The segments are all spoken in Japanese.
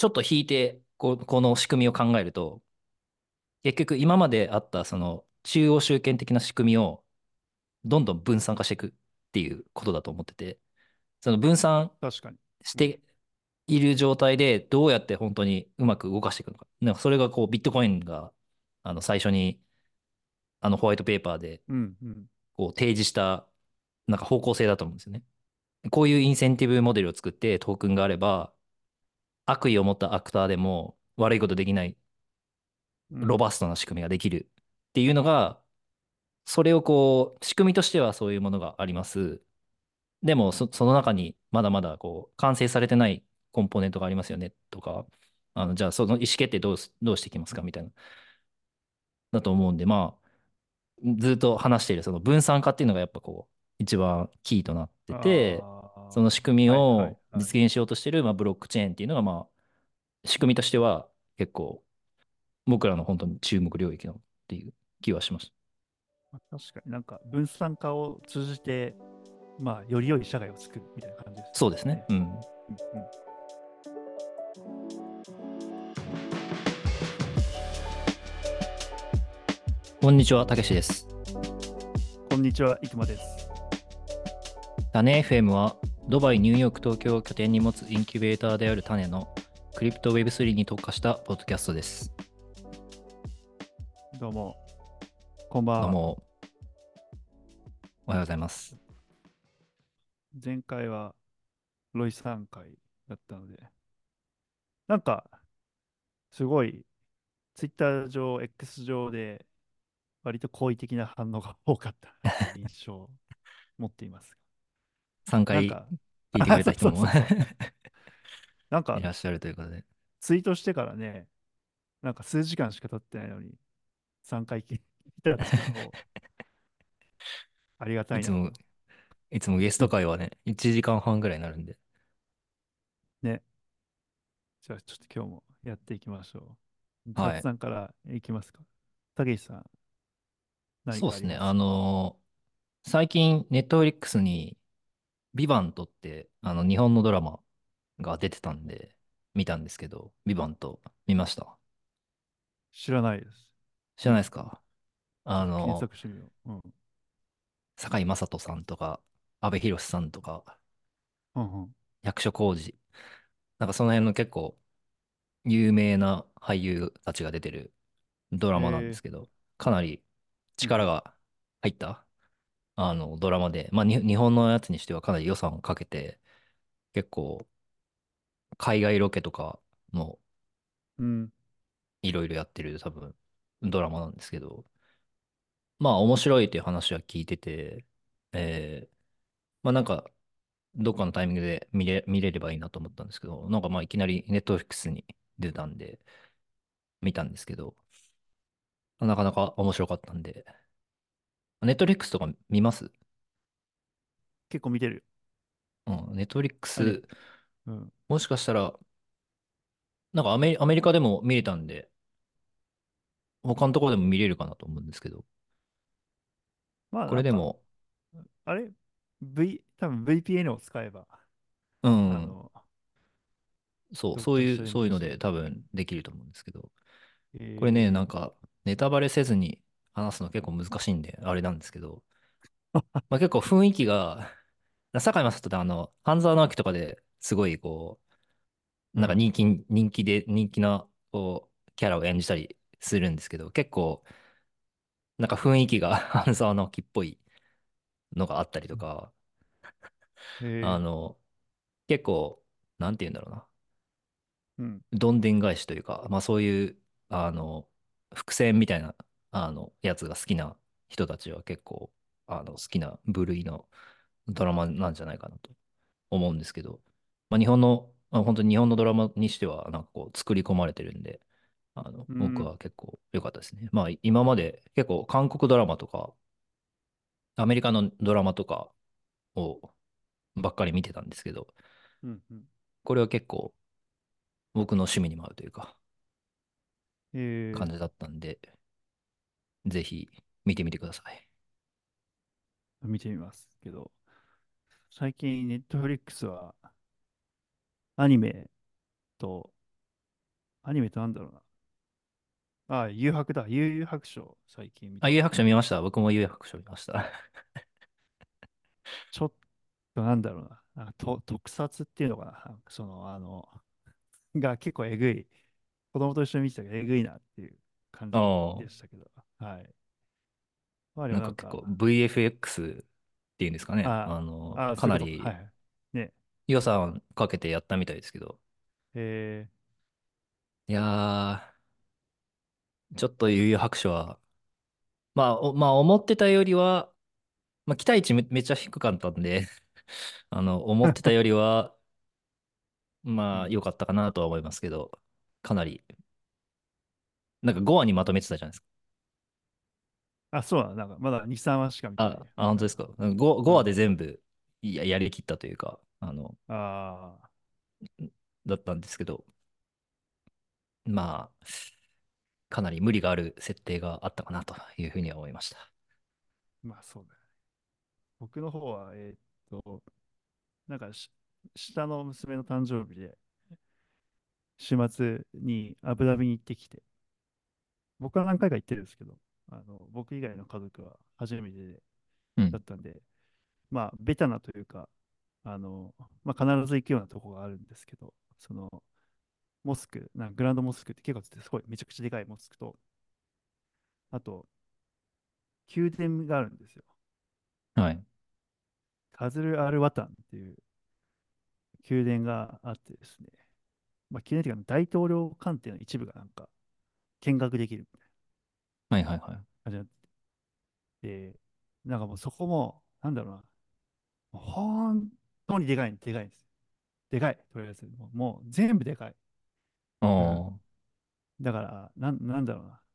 ちょっと引いて、この仕組みを考えると、結局今まであったその中央集権的な仕組みをどんどん分散化していくっていうことだと思ってて、その分散確かに。うん。 している状態でどうやって本当にうまく動かしていくのか。なんかそれがこうビットコインが最初にホワイトペーパーでうん。うん。 こう提示したなんか方向性だと思うんですよね。こういうインセンティブモデルを作ってトークンがあれば、悪意を持ったアクターでも悪いことできないうん。 ロバストな仕組みができるっていうのが、それをこう、仕組みとしてはそういうものがあります。でもその中にまだまだこう、完成されてないコンポーネントがありますよねとか、じゃあその意思決定どうしていきますかみたいな、だと思うんで、まあ、ずっと話しているその分散化っていうのがやっぱこう、一番キーとなってて、 ああ、 その仕組みはいはいをはい。 実現しようとしている、まあ、ブロックチェーンっていうのが、まあ、仕組みとしては結構僕らの本当に注目領域のっていう気はします。 まあ確かになんか分散化を通じて、まあ、より良い社会を作るみたいな感じですそうですね。 ね。 うん。 うんうん。 こんにちは、たけしです。 こんにちは、いくまです。 種 FM は、ドバイ、ニューヨーク、東京を拠点に持つインキュベーターである種のクリプト Web3 に特化したポッドキャストです。 どうも、こんばんは。 どうも、おはようございます。 前回はロイさん会だったので、なんか、すごい、ツイッター上、X 上で、割と好意的な反応が多かったなっていう印象を持っています。 3回なんか、 聞いてくそうれた人もそうそうそう。なんか、 いらっしゃるということで、 ツイートしてからね、なんか数時間しか経ってないのに、3回聞いたっていうのもありがたいつも、 いなと。 いつもゲスト会はね、1時間半ぐらいになるんで。 ね。じゃあちょっと今日もやっていきましょう。雑はい。 談からいきますか。たけしさん、何そうですね。 かありますか？ 最近、ネットフリックスに、ビバントって、日本のドラマが出てたんで、見たんですけど、ビバント見ました？ 知らないです。 知らないでうん。 すか？ ちょっと検あの、 索してみよう。うん。 堺雅人さんとか、阿部寛さんとか、 うんうん。 役所広司、なんかその辺の結構有名な俳優たちが出てるドラマなんですえけど、かなりうん。 力が入ったドラマで、まあ日本のやつにしてはかなり予算をかけて、結構海外ロケとかもうん。 いろいろやってる多分ドラマなんですけど、まあ面白いっていう話は聞いてて、まあなんかどっかのタイミングで見れればいいなと思ったんですけど、なんかまあいきなりネットフリックスに出たんで見たんですけど、なかなか面白かったんで、ネットフリックスとか見ます？ 結構見てる。 うん、ネットフリックアニメ。 ス、 うん。 もしかしたら、なんかアメリカでも見れたんで、他のところでも見れるかなと思うんですけど、 まあなんか、 これでも、 あれ 多分 VPN を使えば、 うん、 あの、どっか一緒で見そういうのれそう。 で多分できると思うんですけど、これね、なんえか、ネタバレせずに話すの結構難しいんで、あれなんですけど、まあ、結構雰囲気が、堺雅人って半沢直樹とかですごいこう、なんかうん。 人気な、こう、キャラを演じたりするんですけど、結構、なんか雰囲気が半沢直樹っぽいのがあったりとか、あえの、結構、なんて言うんだろうな。 うん。 どんでん返しというか、まあそういう、伏線みたいな、やつが好きな人たちは結構、好きな部類のドラマなんじゃないかなと思うんですけど、まあ日本の、本当に日本のドラマにしては、なんかこう、作り込まれてるんで、僕うん。 は結構良かったですね。まあ今まで結構韓国ドラマとか、アメリカのドラマとかをばっかり見てたんですけど、 うん。うん。 これは結構僕の趣味にも合うというか、感えじだったんで、ぜひ見てみてください。 見てみますけど、最近ネットフリックスはアニメとアニメってなんだろうな。あ、誘白だ。幽遊白書、最近見あ、 て。 幽遊白書見ました。僕も幽遊白書見ました。 ちょっとなんだろうな。特撮っていうのかな。なんかが結構えぐい。子供と一緒に見てたけど、えぐいなっていう感あじでしあ、 たけど。はい。まあでもなんか、 なんか結構 VFX っていうんですかね。 あかそういうことか。はなりい。ね。 予算かけてやったみたいですけど。 えいやちょっと悠々白書は、まあ思ってたよりは、まあ期待値めっちゃ低かったんで、思ってたよりは、 ー、うまあん。 良かったかなとは思いますけど、かなり、なんか5話にまとめてたじゃないですか。 あ、そうだ。なんかまだ2、3話しか見てないや。 本当ですか。5話でうん。 全部やりきったというか、 ああ、 だったんですけど、まあ、かなり無理がある設定があったかなというふうには思いました。 まあそうだよね。僕の方は、と、なんか下の娘の誕生日で、週末にアブダビに行ってきて、僕は何回か行ってるんですけど、僕以外の家族は初めてうん。 だったんで、まあ、ベタなというか、あの、まあ、必ず行くようなとこがあるんですけど、モスク、グランドモスクって結構すごいめちゃくちゃでかいモスクと、あと、宮殿があるんですよ。 はい。 カズル・アル・ワタンっていう宮殿があってですね、まあ、宮殿っていうか大統領官邸の一部がなんか見学できるみたいはいはいはい。 な感じになってて、なんかもうそこも、なんだろうな、本当にでかいんですよ。でかい、とりあえず。もう全部でかい。 おうん。 ー、 だから、なんだろうな。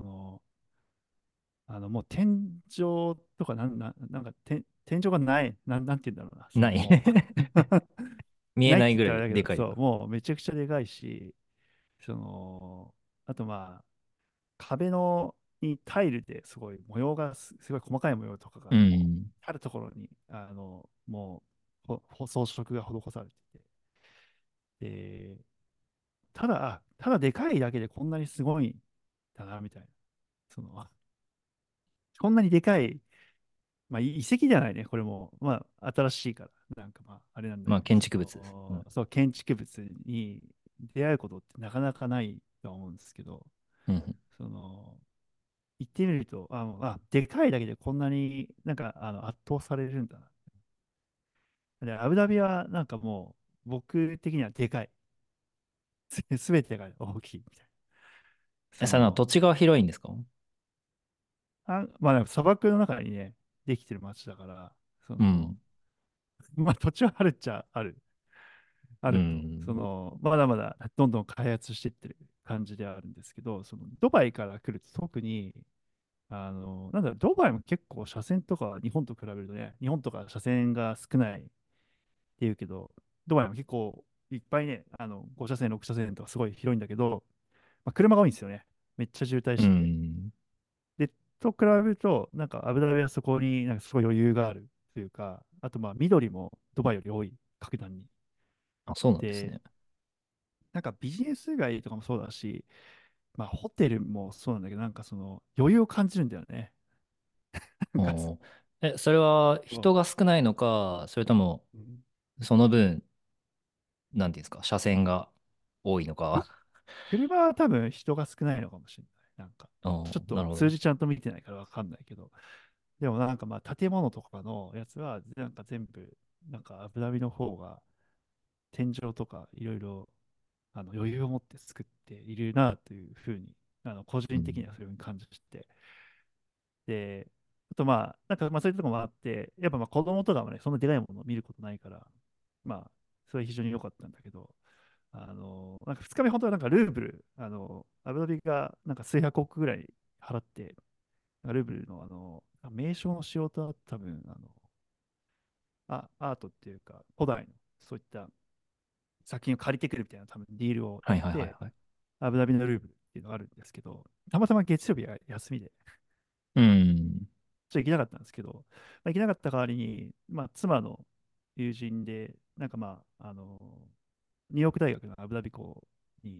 もう天井とか、天井がない。なんて言うんだろうな。 ない。 もう見えないって言っないぐらいたらあれだけど、そう、 でかいよ。 もうめちゃくちゃでかいし、その、あとまあ、壁にタイルですごい模様がすごい細かい模様とかうがもう、 ん。 あるところに、もう、装飾が施されてて、ただでかいだけでこんなにすごいんだな、みたいな。その、こんなにでかい、まあ、遺跡じゃないね、これも。まあ、新しいから、まあ、あれなんだまあ、 けど、 建築物です。うん。 そう、建築物に出会うことってなかなかないとは思うんですけど、 うん。 その、行ってみると、でかいだけでこんなに圧倒されるんだな。で、アブダビはなんかもう、僕的にはでかい。すべてが大きいみたいな。そさ、土の、 地が広いんですか？ まあ、でも砂漠の中にね、できてる街だから、 うん。 まあ土地はあるっちゃあうると、 ん。 まだまだどんどん開発していってる感じではあるんですけど、ドバイから来ると特に、なんだろう、ドバイも結構車線とか日本と比べるとね、日本とか車線が少ないっていうけど、ドバイも結構いっぱいね、5車線、6車線とかすごい広いんだけど、まあ、車が多いんですよね。めっちゃ渋滞うしてて。 ん。 で、と比べると、なんかアブダビはそこになんかすごい余裕があるというか、あとまあ緑もドバイより多い、格段に。 あ、そうなんですで、 ね。 なんかビジネス街とかもそうだし、まあホテルもそうなんだけど、なんか余裕を感じるんだよね。なんかおー、それはそう人が少ないのか、それとも、 うん、 その分、なんていうんですか、車線が多いのか。 車は多分人が少ないのかもしれない。なんか、 おー、なちょっとるほど。 数字ちゃんと見てないからわかんないけど、でもなんかまあ建物とかのやつは、なんか全部、なんかアブダビの方が天井とかいろいろ余裕を持って作っているなというふうに、個人的うん。 にはそういうふうに感じて、で、あとまあ、なんかまあそういうところもあって、やっぱまあ子供とかもね、そんなでかいものを見ることないから、まあ、それは非常に良かったんだけど、なんか2日目、本当はなんかルーブル、アブダビがなんか数百億ぐらい払って、ルーブルの名称の仕様と多分、アートっていうか、古代のそういった作品を借りてくるみたいな多分ディールをはいはいはいやって、 はい。 アブダビのルーブルっていうのがあるんですけど、たまたま月曜日が休みで、 うん。 ちょっと行けなかったんですけど、行けなかった代わりに、まあ、妻の友人で、ニューヨーク大学のアブダビ校に、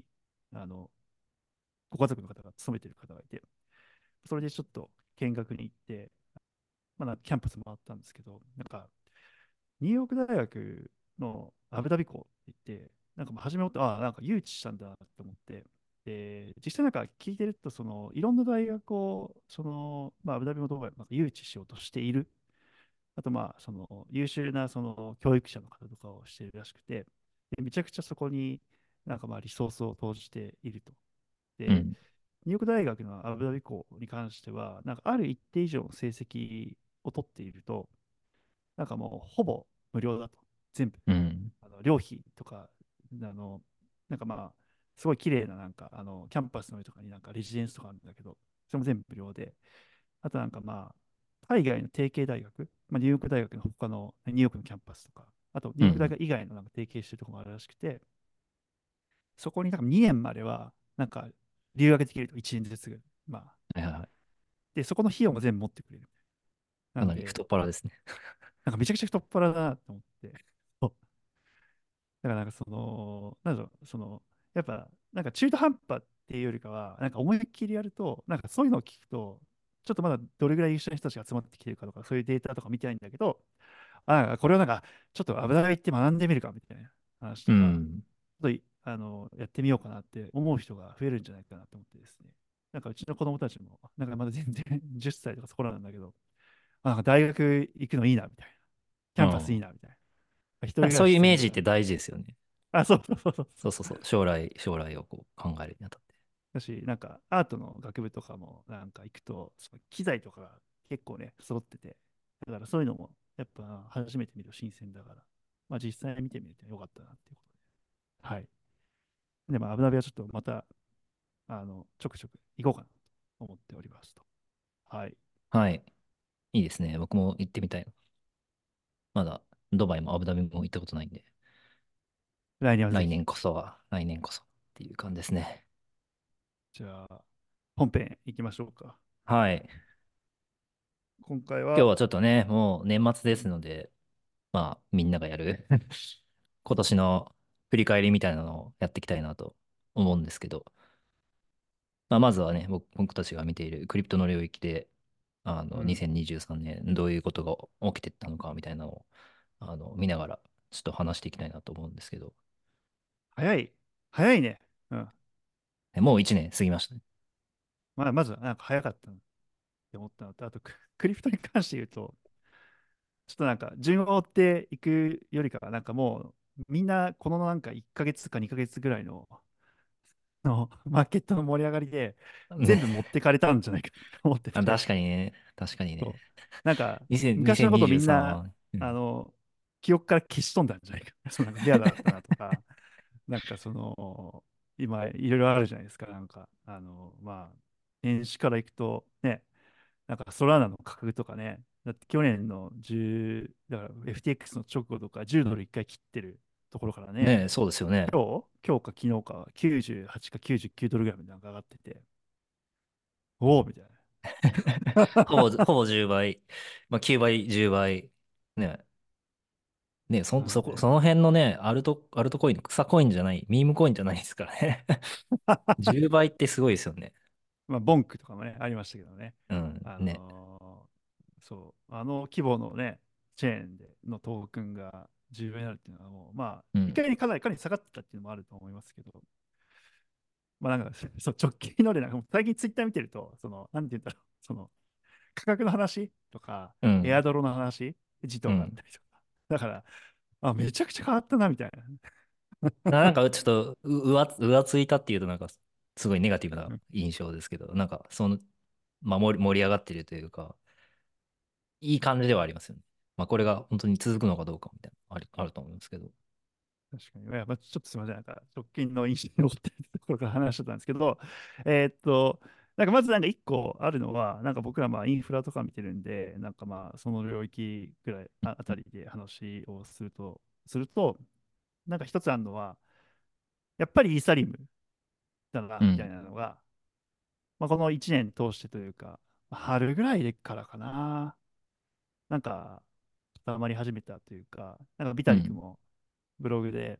あの、ご家族の方が勤めてる方がいて、それでちょっと見学に行って、まあ、なんかキャンパス回ったんですけど、なんか、ニューヨーク大学のアブダビ校って言って、なんかもう初めもって、ああ、なんか誘致したんだと思って、で、実際なんか聞いてると、いろんな大学を、まあ、アブダビもどうかなんか誘致しようとしている。あと、まあ、優秀な、教育者の方とかをしているらしくて、で、めちゃくちゃそこになんかまあ、リソースを投じていると。で、 うん。 ニューヨーク大学のアブダビ校に関しては、なんかある一定以上の成績を取っていると、なんかもうほぼ無料だと。全部。 うん。 寮費とか、なんかまあ、すごい綺麗ななんか、キャンパスの上とかになんかレジデンスとかあるんだけど、それも全部無料で、あとなんかまあ、海外の提携大学、まあ、ニューヨーク大学の他のニューヨークのキャンパスとか、あとニューヨーク大うん。 学以外のなんか提携してるところもあるらしくて、そこになんか2年までは、なんか留学できると1年ずつぐらい。まあ、 はいはいはい。 で、そこの費用も全部持ってくれる。なんで、 かなり太っ腹ですね。 なんかめちゃくちゃ太っ腹だなと思って。そうだからなんかなんだろう、やっぱ、なんか中途半端っていうよりかは、なんか思いっきりやると、なんかそういうのを聞くと、ちょっとまだどれぐらい優秀な人たちが集まってきてるかとか、そういうデータとか見てないんだけど、これをなんか、ちょっと危ないって学んでみるかみたいな話うとか、 ん。 ちょっとやってみようかなって思う人が増えるんじゃないかなと思ってですね。なんかうちの子供たちも、なんかまだ全然10歳とかそこらなんだけど、なんか大学行くのいいなみたいな。キャンパスいいうん。 なみたいな。一人暮らなんかそういうイしするんだ。 メージって大事ですよね。 あ、そうそうそうそう。 そうそうそう。将来をこう考えるにあたって。 だし、なんかアートの学部とかもなんか行くと、その機材とかが結構ね、揃ってて、だからそういうのもやっぱ初めて見ると新鮮だから、まあ実際見てみるとよかったなっていうことで。はい。で、まあ、アブダビはちょっとまた、ちょくちょく行こうかなと思っておりますと。はい。 はい。いいですね。僕も行ってみたい。まだ、ドバイもアブダビも行ったことないんで、 来年はぜひ。 来年こそっていう感じですね。 じゃあ、本編行きましょうか。 はい。 今回は、 今日はちょっとね、もう年末ですので、まあ、みんながやる今年の振り返りみたいなのをやっていきたいなと思うんですけど、まあ、まずはね、僕たちが見ているクリプトの領域で、 うん。 2023年どういうことが起きてったのかみたいなのを、見ながら、ちょっと話していきたいなと思うんですけど、 早い。早いね。うん。 もう1年過ぎましたね。 まあ、まずはなんか早かったなって思ったのと、あとクリプトに関して言うと、ちょっとなんか順を追っていくよりかは、なんかもうみんなこのなんか1ヶ月か2ヶ月ぐらいのマーケットの盛り上がりで全部持ね。 ってかれたんじゃないかと思ってて、 確かにね。確かにね。 そうなんか昔のことみん 2023 な、 は、うん。 あの、記憶から消し飛んだんじゃないか。なんかベアだったなとか、なんか今いろいろあるじゃないですか。なんか、まあ、年始からいくとね、なんかソラーナの価格とかね、だって去年の10、だから FTX の直後とか10ドル1回切ってるところからね、 ねえ、そうですよね。 今日か昨日か98か99ドルぐらいまでなんか上がってて、おおみたいほぼな。 10倍。まあ、9倍、10倍。ね。ね、 なんで、 その辺のね、アルトコイン、草コインじゃない、ミームコインじゃないですからね。10倍ってすごいですよね。 まあ、ボンクとかもね、ありましたけどね。 うん、ね。 そう、あの規模のね、チェーンでのトークンが10倍になるっていうのはもう、まあ、 うん、 一回にかなり下がってたっていうのもあると思いますけど、まあなんか、そう、直近ので、なんかもう最近ツイッター見てると、なんて言うんだろう、価格の話とか、 うん、 エアドロの話、ジトーだっうん。 たりとか。だから、めちゃくちゃ変わったな、みたいなんかちょっと浮ついたっていうとなんかすごいネガティブなな。 印象ですけど、なんかまあ、盛り上がってるというか、いい感じではありますよね。まあこれが本当に続くのかどうかみたいな、あると思うんですけど。 確かに。まあ、ちょっとすみません。なんか、直近の印象に残っているところから話しちゃったんですけど、なんかまずなんか一個あるのは、なんか僕らまあインフラとか見てるんで、なんかまあその領域ぐらいあたりで話をすると、なんか一つあるのは、やっぱりイーサリムだな、みたいうん、 なのが、まあこの1年通してというか、春ぐらいでからかな、なんか固まり始めたというか、なんかビうん、 タリクもブログで、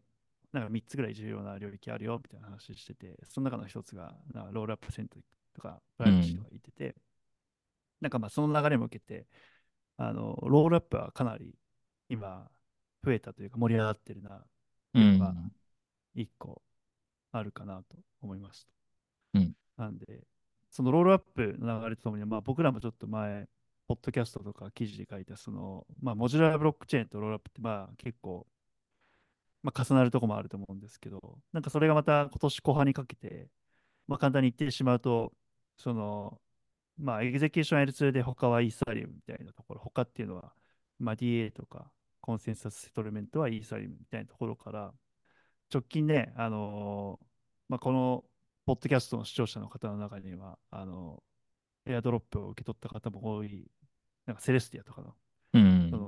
なんか3つぐらい重要な領域あるよみたいな話してて、その中の一つが、なんかロールアップセントリックとか、プライバシーとうん。 か言ってて、なんかまあその流れも受けて、ロールアップはかなり今増えたというか盛り上がってるなっうていうのがん。 一個あるかなと思います。 うん。 なんで、そのロールアップの流れとともに、まあ、僕らもちょっと前、ポッドキャストとか記事で書いた、まあ、モジュラーブロックチェーンとロールアップって、まあ、結構、まあ、重なるところもあると思うんですけど、なんかそれがまた今年後半にかけて、まあ、簡単に言ってしまうと、その、まあ、エグゼキューション L2 で他はイーサリアムみたいなところ、他っていうのは、まあ、DA とか、コンセンサスセトルメントはイーサリアムみたいなところから、直近ね、まあ、このポッドキャストの視聴者の方の中には、エアドロップを受け取った方も多い、なんかセレスティアとかの、 うん。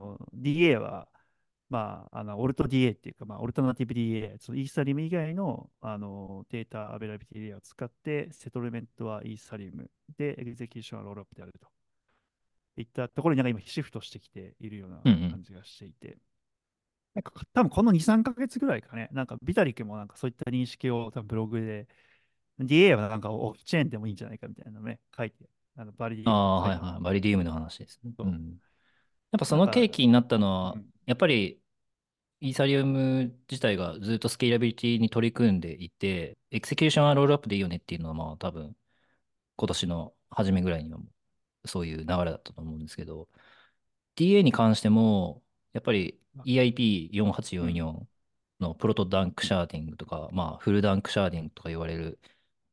DA は、まあ、オルト DA っていうか、まあ、オルタナティブ DA、そのイーサリム以外の、データアベラビリティレイヤーを使って、セトルメントはイーサリムで、エグゼキューションはロールアップであるといったところになんか今シフトしてきているようなうん。 感じがしていて、なんか多分この2、3ヶ月ぐらいかね、なんかビタリックもなんかそういった認識を多分ブログで、DA はなんかオフチェーンでもいいんじゃないかみたいなのね、書いて、バリディウムとかああ、はいはい。 書いてたんで、 バリディウムの話ですね。 そう。 うん。やっぱそのなんか、 契機になったのは、 うん、 やっぱりイーサリアム自体がずっとスケーラビリティに取り組んでいて、エクセキューションはロールアップでいいよねっていうのは、まあ多分今年の初めぐらいにはもうそういう流れだったと思うんですけど、DA に関しても、やっぱりあうん、 EIP4844 のプロトダンクシャーディングとか、まあフルダンクシャーディングとか言われる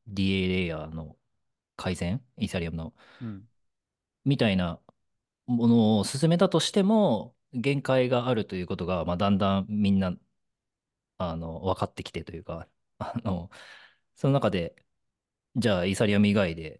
DA レイヤーの改善、イーサリアムの、 うん、 みたいなものを進めたとしても、限界があるということが、まあ、だんだんみんな、分かってきてというか、その中で、じゃあ、イーサリアム以外で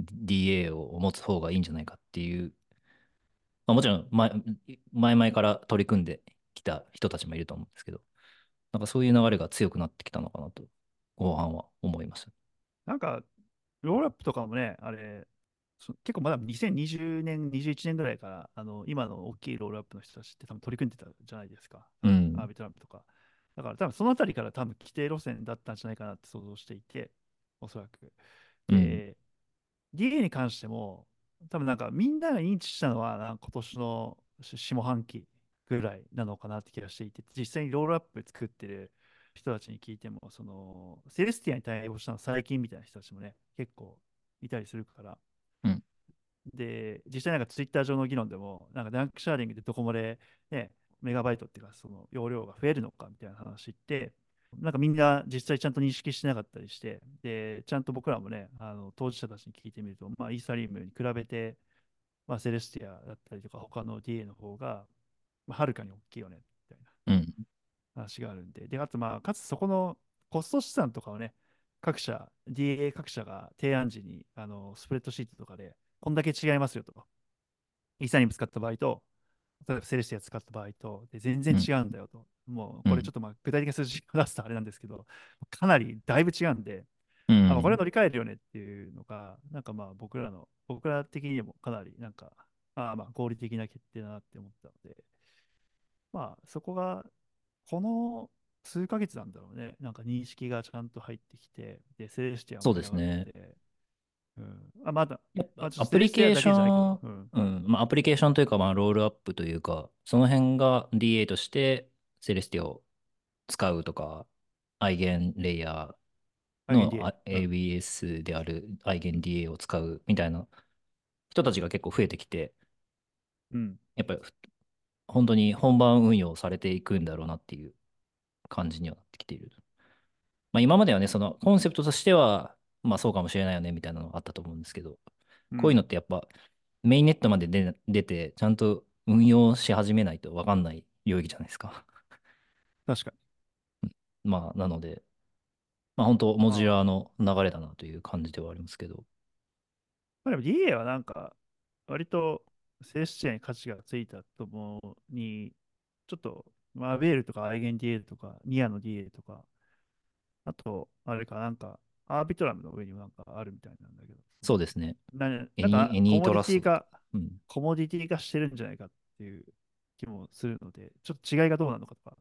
DA を持つ方がいいんじゃないかっていう、まあ、もちろん前々から取り組んできた人たちもいると思うんですけど、なんかそういう流れが強くなってきたのかなと、後半は思います。 なんか、ロールアップとかもね、あれ、結構まだ2020年、21年ぐらいから、今の大きいロールアップの人たちって多分取り組んでたじゃないですか。アーうん。 ビトランプとか。だから多分そのあたりから多分規定路線だったんじゃないかなって想像していて、おそらく。 うん。 で、DA に関しても、多分なんかみんなが認知したのはなんか今年の下半期ぐらいなのかなって気がしていて、実際にロールアップ作ってる人たちに聞いても、セレスティアに対応したの最近みたいな人たちもね、結構いたりするから、 うん。 で、実際なんかツイッター上の議論でも、なんかダンクシャーリングでどこまで、ね、メガバイトっていうか、その容量が増えるのかみたいな話って、なんかみんな実際ちゃんと認識してなかったりして、で、ちゃんと僕らもね、当事者たちに聞いてみると、まあ、イーサリウムに比べて、まあ、セレスティアだったりとか、他の DA の方が、まあ、はるかに大きいよね、みたいなうん。 話があるんで、で、あと、まあ、かつそこのコスト資産とかをね、各社、DA 各社が提案時に、スプレッドシートとかで、こんだけ違いますよと。イーサリアム使った場合と、例えばセレスティア使った場合と、で全然うん。 違うんだよと。もううん。 これちょっとまあ具体的な数字を出すとあれなんですけど、かなりだいぶ違うんで、あ、まあ、これはうん。 乗り換えるよねっていうのが、なんかまあ僕ら的にもかなりなんか、まあ合理的な決定だなって思ったので、まあそこが、この数ヶ月なんだろうね、なんか認識がちゃんと入ってきて、で、セレスティアそう盛り上がっですね。 て、うん、まだ、 やっぱちょっとアプリセレスティアケーショだけじゃないけど、 ン、 うん、 うん、まあアプリケーションというか、まあロールアップというか、その辺が DA としてセレスティを使うとか、アイゲンレイヤーの INDA。うん、 ABS であるアイゲン DA を使うみたいな人たちが結構増えてきて、 うん、 やっぱり本当に本番運用されていくんだろうなっていう感じにはなってきている。まあ今まではね、そのコンセプトとしては、まあそうかもしれないよねみたいなのがあったと思うんですけど、こういうのうん、 ってやっぱメインネットまで出て、ちゃんと運用し始めないと分かんない領域じゃないですか。 確かに。 まあなので、まあ本当、モジュラーああ。 の流れだなという感じではありますけど。 まあでも DA はなんか、割とセレスチアに価値がついたと思うに、ちょっと、まあ、アベールとかアイゲン DA とか、ニアの DA とか、あと、あれか、なんか、アービトラムの上にもなんかあるみたいなんだけど、 そうですね。エなんか、 ニートラストとか。うん。 コモディティ化してるんじゃないかっていう気もするので、ちょっと違いがどうなのかとか、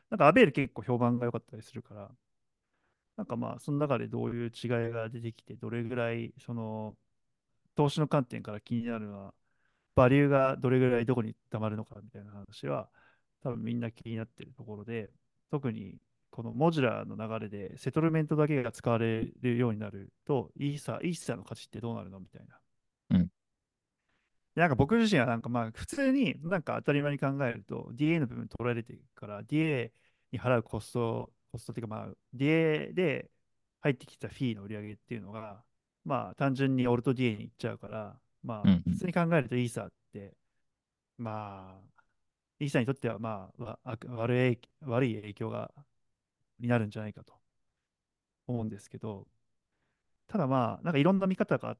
なんかアベール結構評判が良かったりするから、なんかまあ、その中でどういう違いが出てきて、どれぐらい、投資の観点から気になるのは、バリューがどれぐらいどこに溜まるのかみたいな話は、多分みんな気になってるところで、特にこのモジュラーの流れでセトルメントだけが使われるようになると、イーサの価値ってどうなるのみたいな。 うん。 なんか僕自身はなんかまあ普通になんか当たり前に考えると DA の部分取られていくから DA に払うコストっていうかまあ DA で入ってきたフィーの売り上げっていうのがまあ単純にオルト DA に行っちゃうからまあ普うん。 通に考えるとイーサってまあイーサにとってはまあ悪い影響になるんじゃないかと思うんですけどただまあ、なんかいろんな見方があって、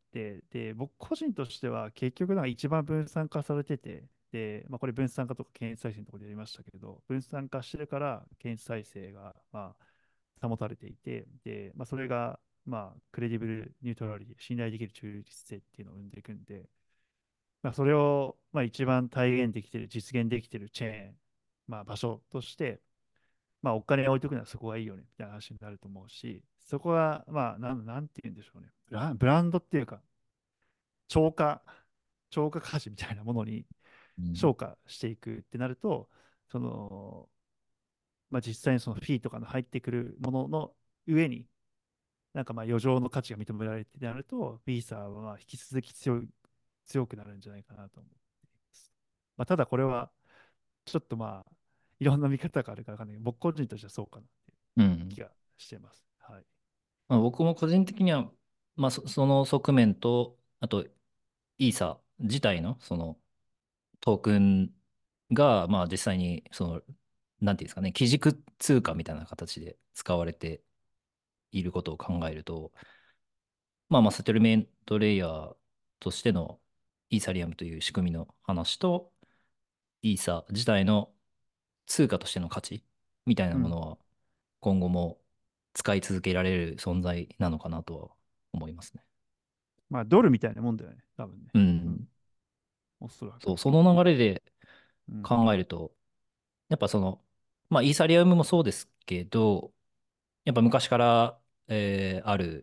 で、僕個人としては結局なんか一番分散化されてて、で、まあこれ分散化とか検閲再生のところでやりましたけど、分散化してるから検閲再生がまあ保たれていて、で、まあそれがまあクレディブルニュートラリティ、信頼できる中立性っていうのを生んでいくんで、まあそれをまあ一番体現できてる、実現できてるチェーン、まあ場所として、まあ、お金置いとくのはそこがいいよね、みたいな話になると思うし、そこは、まあ、なんて言うんでしょうね。ブランドっていうか、超過、超過価値みたいなものにうん。 昇華していくってなると、その、まあ、実際にそのフィーとかの入ってくるものの上に、なんかまあ余剰の価値が認められてなると、ビーサーはまあ引き続き強くなるんじゃないかなと思っています。まあ、ただこれは、ちょっとまあ、いろんな見方があるからわかんないけど、僕個人としてはそうかなっていううん。 気がしてます。はい。 まあ、僕も個人的には、まあ、その側面と、あと、イーサ自体の、その、トークンが、まあ、実際に、その、なんていうんですかね、基軸通貨みたいな形で使われていることを考えると、まあまあ、セトルメントレイヤーとしてのイーサリアムという仕組みの話と、イーサ自体の通貨としての価値みたいうん。 なものは、今後も使い続けられる存在なのかなとは思いますね。 まあ、ドルみたいなもんだよね、多分ね。 ううん。 ん。 おそらく。 そう、その流れでうん。 考えると、やっぱその、まあ、イーサリアムもそうですけど、やっぱ昔から、ある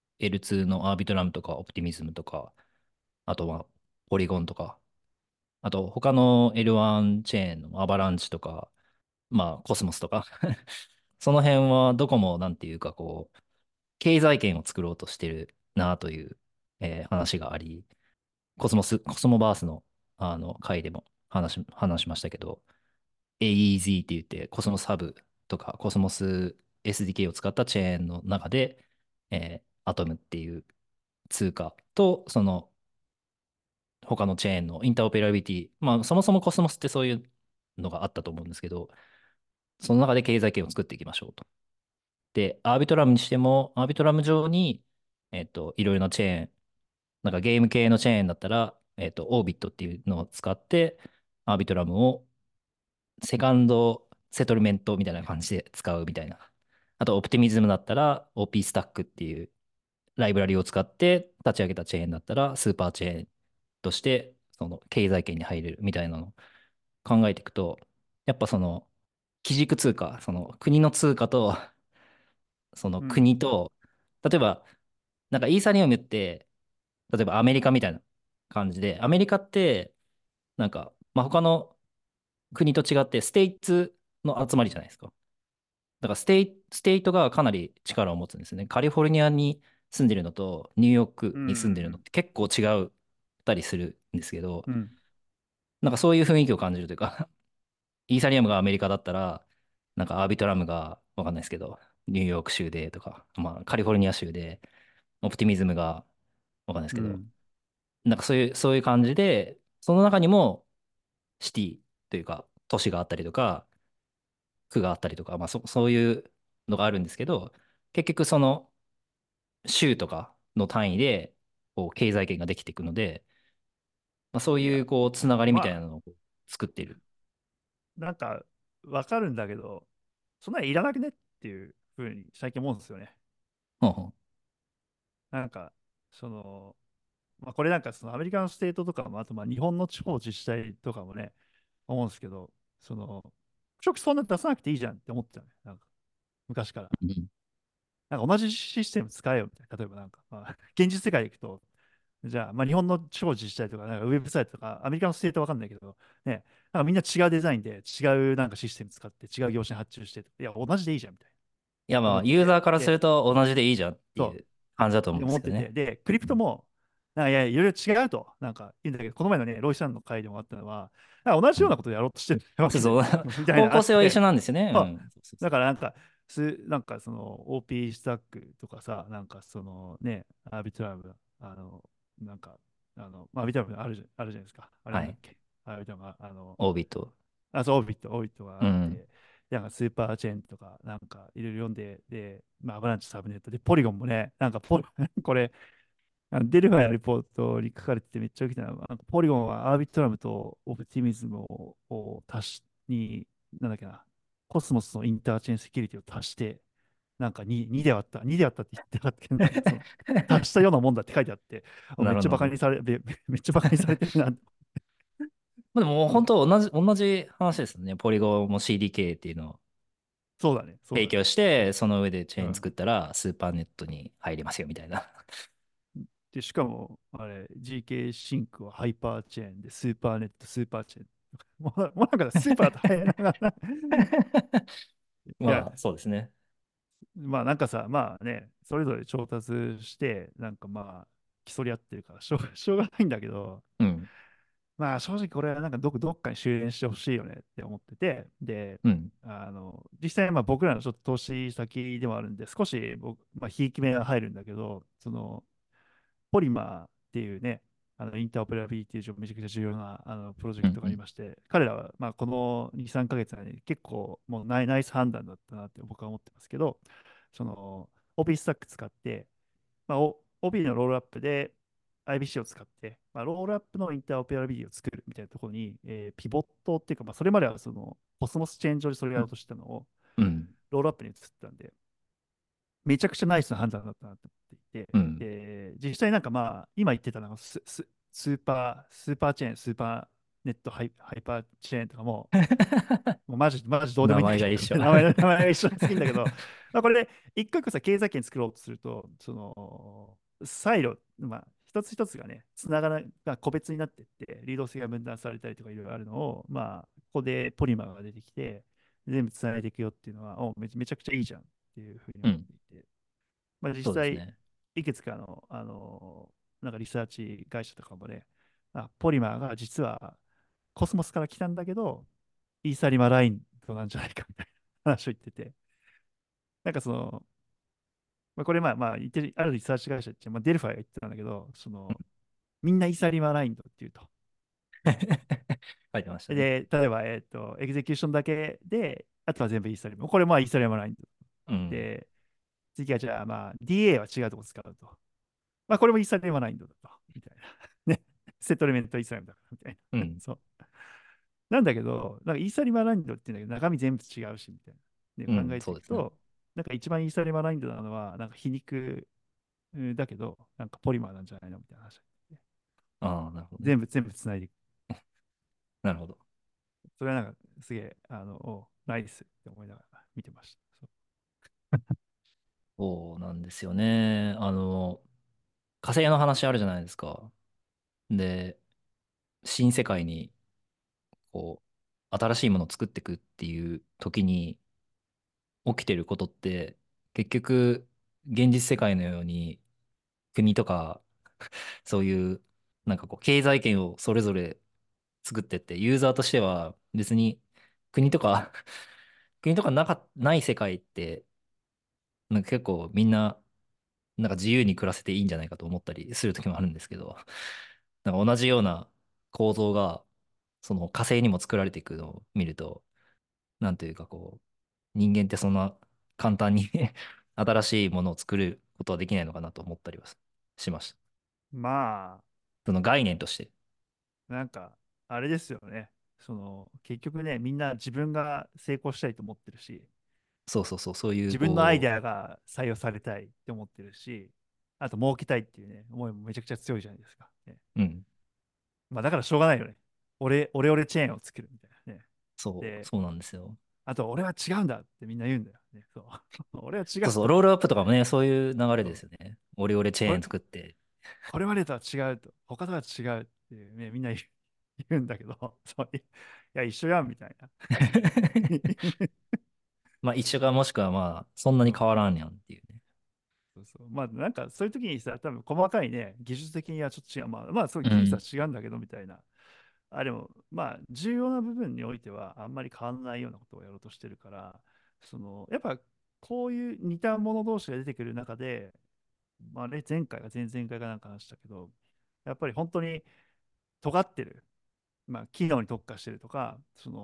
L2 のアービトラムとかオプティミズムとか、あとはポリゴンとか、あと他の L1 チェーンのアバランチとか、まあコスモスとかその辺はどこもなんていうかこう、経済圏を作ろうとしてるなという、話があり、コスモバースの回でも話しましたけど、AEZ って言ってコスモスハブとかコスモス SDK を使ったチェーンの中で、アトムっていう通貨と、その他のチェーンのインターオペラビリティ、まあそもそもコスモスってそういうのがあったと思うんですけど、その中で経済圏を作っていきましょうと。で、アービトラムにしても、アービトラム上に、いろいろなチェーン、なんかゲーム系のチェーンだったら、オービットっていうのを使って、アービトラムをセカンドセトルメントみたいな感じで使うみたいな。あと、オプティミズムだったら、OP スタックっていうライブラリを使って立ち上げたチェーンだったら、スーパーチェーンとして、その経済圏に入れるみたいなのを考えていくと、やっぱその、基軸通貨、その国の通貨と、そのうん。 国と、例えば、なんかイーサリアムって、例えばアメリカみたいな感じで、アメリカって、なんか、まあ、他の国と違って、ステイツの集まりじゃないですか。だからステイトがかなり力を持つんですね。カリフォルニアに住んでるのとニューヨーうん。 クに住んでるのっうん。 て結構違ったりするんですけど、 うん。 なんかそういう雰囲気を感じるというか、イーサリアムがアメリカだったら、なんかアービトラムがわかんないですけど、ニューヨーク州でとか、まあカリフォルニア州で、オプティミズムがわかんないですけど、 うん。 なんかそういう感じで、その中にもシティというか、都市があったりとか、区があったりとか、まあそういうのがあるんですけど、結局その州とかの単位で、こう、経済圏ができていくので、まあ、そういや、 いう、こう、つながりみまあ、 たいなのを作っている。 なんか、わかるんだけど、そんなにいらなくねっていうふうに最近思うんですよね。 ほんほん。 なんか、まあ、これなんかそのアメリカのステートとかも、あとまあ日本の地方自治体とかもね、思うんですけど、その、 色そんな出さなくていいじゃんって思ってたね。なんか昔から。 うん。 なんか同じシステム使えよみたいな。例えばなんか、まあ、現実世界でいくと、じゃあ、まあ、日本の地方自治体とか、なんかウェブサイトとか、アメリカのステートわかんないけど、ね、なんかみんな違うデザインで、違うなんかシステム使って、違う業種に発注して、いや、同じでいいじゃんみたいいや、まあ、 な思ってて。 ユーザーからすで、 ると同じでいいじゃんっていそう感じだとう、 思うんですよね。 思ってて、で、クリプトも、なんかいや、いろいろ違うと、なんか言うんだけど、この前のね、ロイさんの回でもあったのは、なんか同じようなうん。 ことをやろうとしてるわけじゃん、 そうそう。 みたいな方向性は一緒のあって、 なんですよね。うそう、 ん。そうそうそだからなんか、なんかその OP スタックとかさ、なんかそのね、アービトラム、なんか、まあ、アービトラムあるじゃないですか。あう。はい。 れなんだっけ。アービトラムが、 オービット。 そう、オービットがあうん。 って、なんかスーパーチェーンとか、なんかいろいろ読んで、で、まあ、アバランチサブネットで、ポリゴンもね、なんかこれ、デルファイのリポートに書かれててめっちゃ受けたのは、なんかポリゴンはアービトラムとオプティミズムをなんだっけな、コスモスのインターチェーンセキュリティを足して、なんか2で割った、2で割ったって言ってなかったけど、なんかその、足したようなもんだって書いてあって、めっちゃなるほど、なるほど。 めっちゃバカにされてるな。 まあでもうん、 本当同じ話ですよね。ポリゴンも CDK っていうのをそうだね、そう提だね。 供して、 そう。 その上でチェーンうん。 作ったらスーパーネットに入りますよみたいな。 で、しかも、あれ、GK シンクはハイパーチェーンで、スーパーネット、スーパーチェーン。もうなんかスーパーと入らながらいや、 まあ、そうですね。 まあなんかさ、まあね、それぞれ調達して、なんかまあ、競り合ってるからしょうがないんだけど、 うん。 まあ正直これはなんかどっかに修練してほしいよねって思ってて、で、 うん。 実際まあ僕らのちょっと投資先でもあるんで、少し僕、まあ、ひいき目が入るんだけど、その、ポリマーっていうね、インターオペラビリティ上めちゃくちゃ重要なプロジェクトがありうん。 まして、彼らはまあこの2、3ヶ月はね、結構もうナイス判断だったなって僕は思ってますけど、その OP スタック使って、まあ、OP のロールアップで IBC を使って、まあ、ロールアップのインターオペラビリティを作るみたいなところに、ピボットっていうか、まあ、それまではそのコスモスチェーン上でそれをやろうとしてたのを、 うん。 ロールアップに移ったんで、めちゃくちゃナイスな判断だったなと思っていて、 うん。 で、実際なんかまあ、今言ってたのがスーパーチェーン、スーパーネットハイパーチェーンとかもうマジどうでも名いいんだけど、 前が一緒。 名前が一緒に好きいんだけど、まあ、これ、一個一個さ、経済圏作ろうとすると、その、サイロ、まあ、一つ一つがね、つながら、まあ、個別になっていって、流動性が分断されたりとかいろいろあるのを、まあ、ここでポリマーが出てきて、全部つないでいくよっていうのは、めちゃくちゃいいじゃんっていうふうに思っうん。 ていて、まあ、実際、 そうですね。 いくつかの、なんかリサーチ会社とかもね、ポリマーが実はコスモスから来たんだけど、イーサリマラインドなんじゃないかみたいな話を言ってて、なんかその、まあ、これ言ってる、あるリサーチ会社って、まあ、デルファイが言ってたんだけど、その、みんなイーサリマラインドっていうと。 書いてましたね。 で、例えば、エグゼキューションだけで、あとは全部イーサリマ。これまあイーサリマラインド。 うん。 で、次はじゃあまあ DA は違うとこ使うと。まあこれもイーサリマラインドだと。みたいな。ね。セトルメントイーサリマだからみたいな。 うん。 そう。なんだけど、なんかイーサリマラインドって言うんだけど、中身全部違うし、みたいな。 うん。 で考えてそうですね。 いくと、なんか一番イーサリマラインドなのは、なんか皮肉だけど、なんかポリマーなんじゃないのみたいな話。 ああ、なるほどね。 全部つないでいく。 なるほど。 それはなんかすげえ、ナイスって思いながら見てました。 そうなんですよね。火星の話あるじゃないですか。で、新世界に、こ新しいものを作っていくっていう時に起きてることって、結局、現実世界のように、国とか、そういう、経済圏をそれぞれ作ってって、ユーザーとしては、別に、国とか国とかない世界って、結構みんな、自由に暮らせていいんじゃないかと思ったりする時もあるんですけど、同じような構造が、その火星にも作られていくのを見ると、なんというか人間ってそんな簡単に新しいものを作ることはできないのかなと思ったりはしました。 まあ、 その概念として。 なんか、あれですよね。その、結局ね、みんな自分が成功したいと思ってるし、 そうそうそう、そういう自分のアイデアが採用されたいって思ってるし、あと儲けたいっていうね、思いもめちゃくちゃ強いじゃないですか。ね、 うん、 まあだからしょうがないよね。俺チェーンを作るみたいなね。で、 そうなんですよ。 あと、俺は違うんだってみんな言うんだよね。そう。俺は違うそうそう、 と。 ロールアップとかもね、そういう流れそう。 ですよね。オレオレチェーンこれ、 作って。 これまでとは違うと。他とは違うっていうね、みんな言うんだけど、そういや、一緒やんみたいな。 まあ一緒かもしくはまあ、そんなにそう変わらんやんっていうね。 そうそう。まあ、なんかそういう時にさ、多分細かいね、技術的にはちょっと違う。まあ、そう、技術はうん。 違うんだけど、みたいな。あ、でも、まあ、重要な部分においては、あんまり変わらないようなことをやろうとしてるから、やっぱ、こういう似た者同士が出てくる中で、まあ、前回か前々回かなんか話したけど、やっぱり本当に尖ってる、まあ、機能に特化してるとか、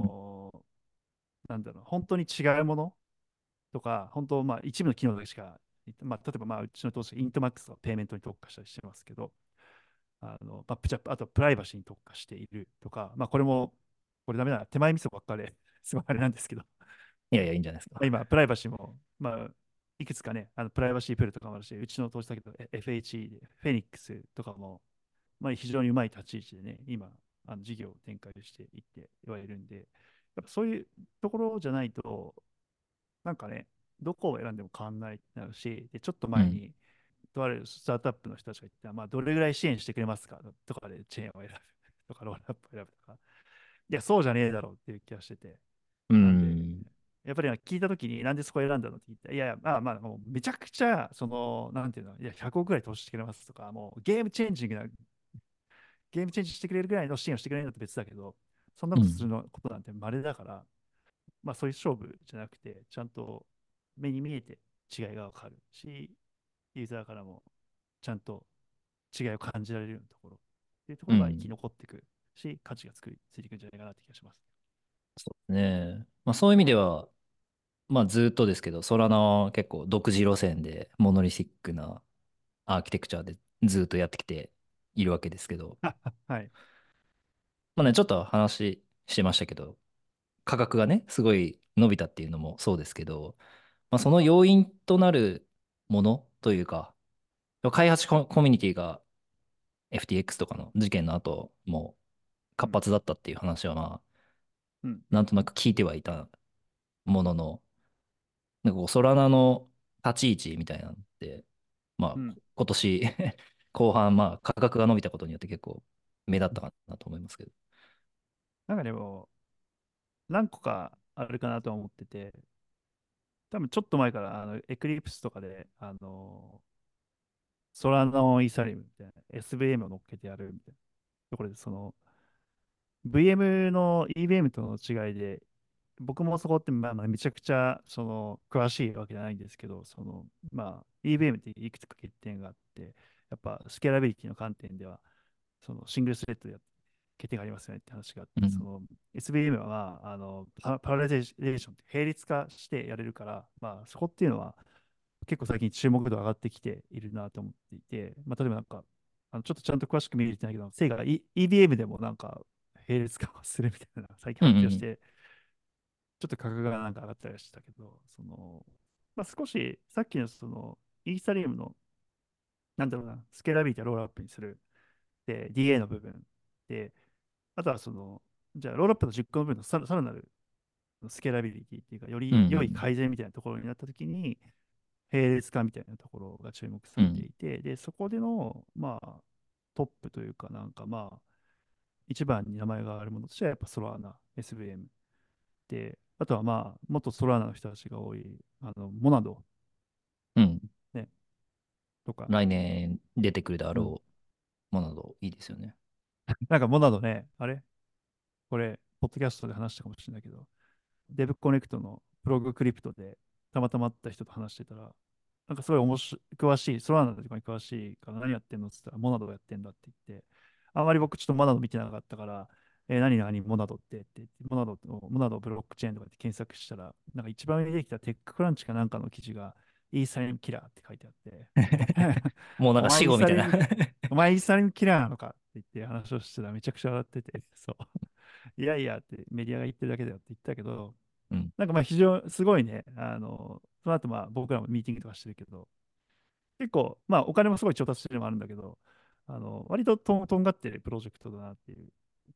なんだろう、本当に違うものとか、本当、まあ、一部の機能だけしか、まあ、例えば、まあ、うちの投資、イントマックスはペイメントに特化したりしてますけど、まあ、あと、プライバシーに特化しているとか、まあ、これも、これダメだな、手前味噌ばっかりすごいあれなんですけど、 いやいや、いいんじゃないですか。 今、プライバシーも、まあ、いくつかね、プライバシープールとかもあるし、うちの投資先と FHE で、フェニックスとかも、まあ、非常にうまい立ち位置でね、今、事業を展開していってはいるんで、やっぱそういうところじゃないと、なんかね、どこを選んでも変わんないってなるし、で、ちょっとうん。 前に、とあるスタートアップの人たちが言った、まあ、どれぐらい支援してくれますかとかでチェーンを選ぶとか、ロールアップを選ぶとか、いや、そうじゃねえだろうっていう気がしてて、 うなんで、 ん。 やっぱり聞いたときに、なんでそこ選んだのって聞いて、いやいや、まあまあ、もうめちゃくちゃ、なんていうの、いや、100億ぐらい投資してくれますとか、もうゲームチェンジしてくれるぐらいの支援をしてくれるのと別だけど、そんなうん。 ことするのことなんて稀だから、まあそういう勝負じゃなくて、ちゃんと目に見えて違いがわかるし、ユーザーからもちゃんと違いを感じられるようなところっていうところが生きうん。 残っていくし、価値がついていくんじゃないかなって気がします。 ねえ。まあそういう意味では、まあずっとですけど、ソラナは結構独自路線でモノリシックなアーキテクチャでずっとやってきているわけですけど、 はい。 まあね、ちょっと話してましたけど、価格がね、すごい伸びたっていうのもそうですけど、まあ、その要因となるものというか、開発コミュニティが FTX とかの事件の後もうん。 活発だったっていう話はまあ、 うん。 なんとなく聞いてはいたものの、なんかこう、ソラナの立ち位置みたいなのって、まあ、 うん。 今年後半、まあ、価格が伸びたことによって結構目立ったかなと思いますけど。 なんかでも、何個かあるかなとは思ってて、多分ちょっと前からエクリプスとかで、ソラノイーサリアムみたいな SVM を乗っけてやるみたいなところで、VM の EVM との違いで、僕もそこってまあめちゃくちゃ詳しいわけじゃないんですけど、まあ EVM っていくつか欠点があって、やっぱスケーラビリティの観点では、シングルスレッドで欠点がありますよねって話があって、 うん。 SVM は、まあ、パラレゼーションって並列化してやれるから、まあ、そこっていうのは結構最近注目度上がってきているなと思っていて、まあ、例えばなんか、ちょっとちゃんと詳しく見れてないけど、セイが EVM でもなんか並列化をするみたいな最近うんうんうん。 発表して、ちょっと価格がなんか上がったりしたけど、まあ、少しさっきのイーサリウムの、なんだろうな、スケーラビリティをロールアップにする、で、DA の部分で、あとはじゃあロールアップの実行の部分のさらなるスケーラビリティっていうか、ようんうり良いん改善みたいなところになったときに、並列化みたいなところが注目されてうん。 いて、で、そこでの、まあ、トップというか、なんかまあ、一番に名前があるものとしては、やっぱソラーナ、SVM で、あとはまあ、元ソラーナの人たちが多い、モナド、 うん。 ね、とか、 来年出てくるであうん。 ろうものなどいいですよね。 なんかモナドね、あれこれ、ポッドキャストで話したかもしれないけど、デブコネクトのプログクリプトでたまたま会った人と話してたら、なんかすごい面白い、詳しい、ソラーナとかに詳しいから何やってんのって言ったら、モナドやってんだって言って、あまり僕ちょっとモナド見てなかったから、何々モナドって言って、モナドブロックチェーンとかで検索したら、なんか一番上に出てきたテッククランチかなんかの記事が、イーサリアムキラーって書いてあって、 もうなんかお前死後みたいな。 お前イーサリアムキラーなのかって言って話をしてたらめちゃくちゃ笑ってて、そう。いやいやってメディアが言ってるだけだよって言ったけど、 うん。 なんかまあ非常にすごいね、その後まあ僕らもミーティングとかしてるけど、結構まあお金もすごい調達してるのもあるんだけど、割ととんがってるプロジェクトだなっていう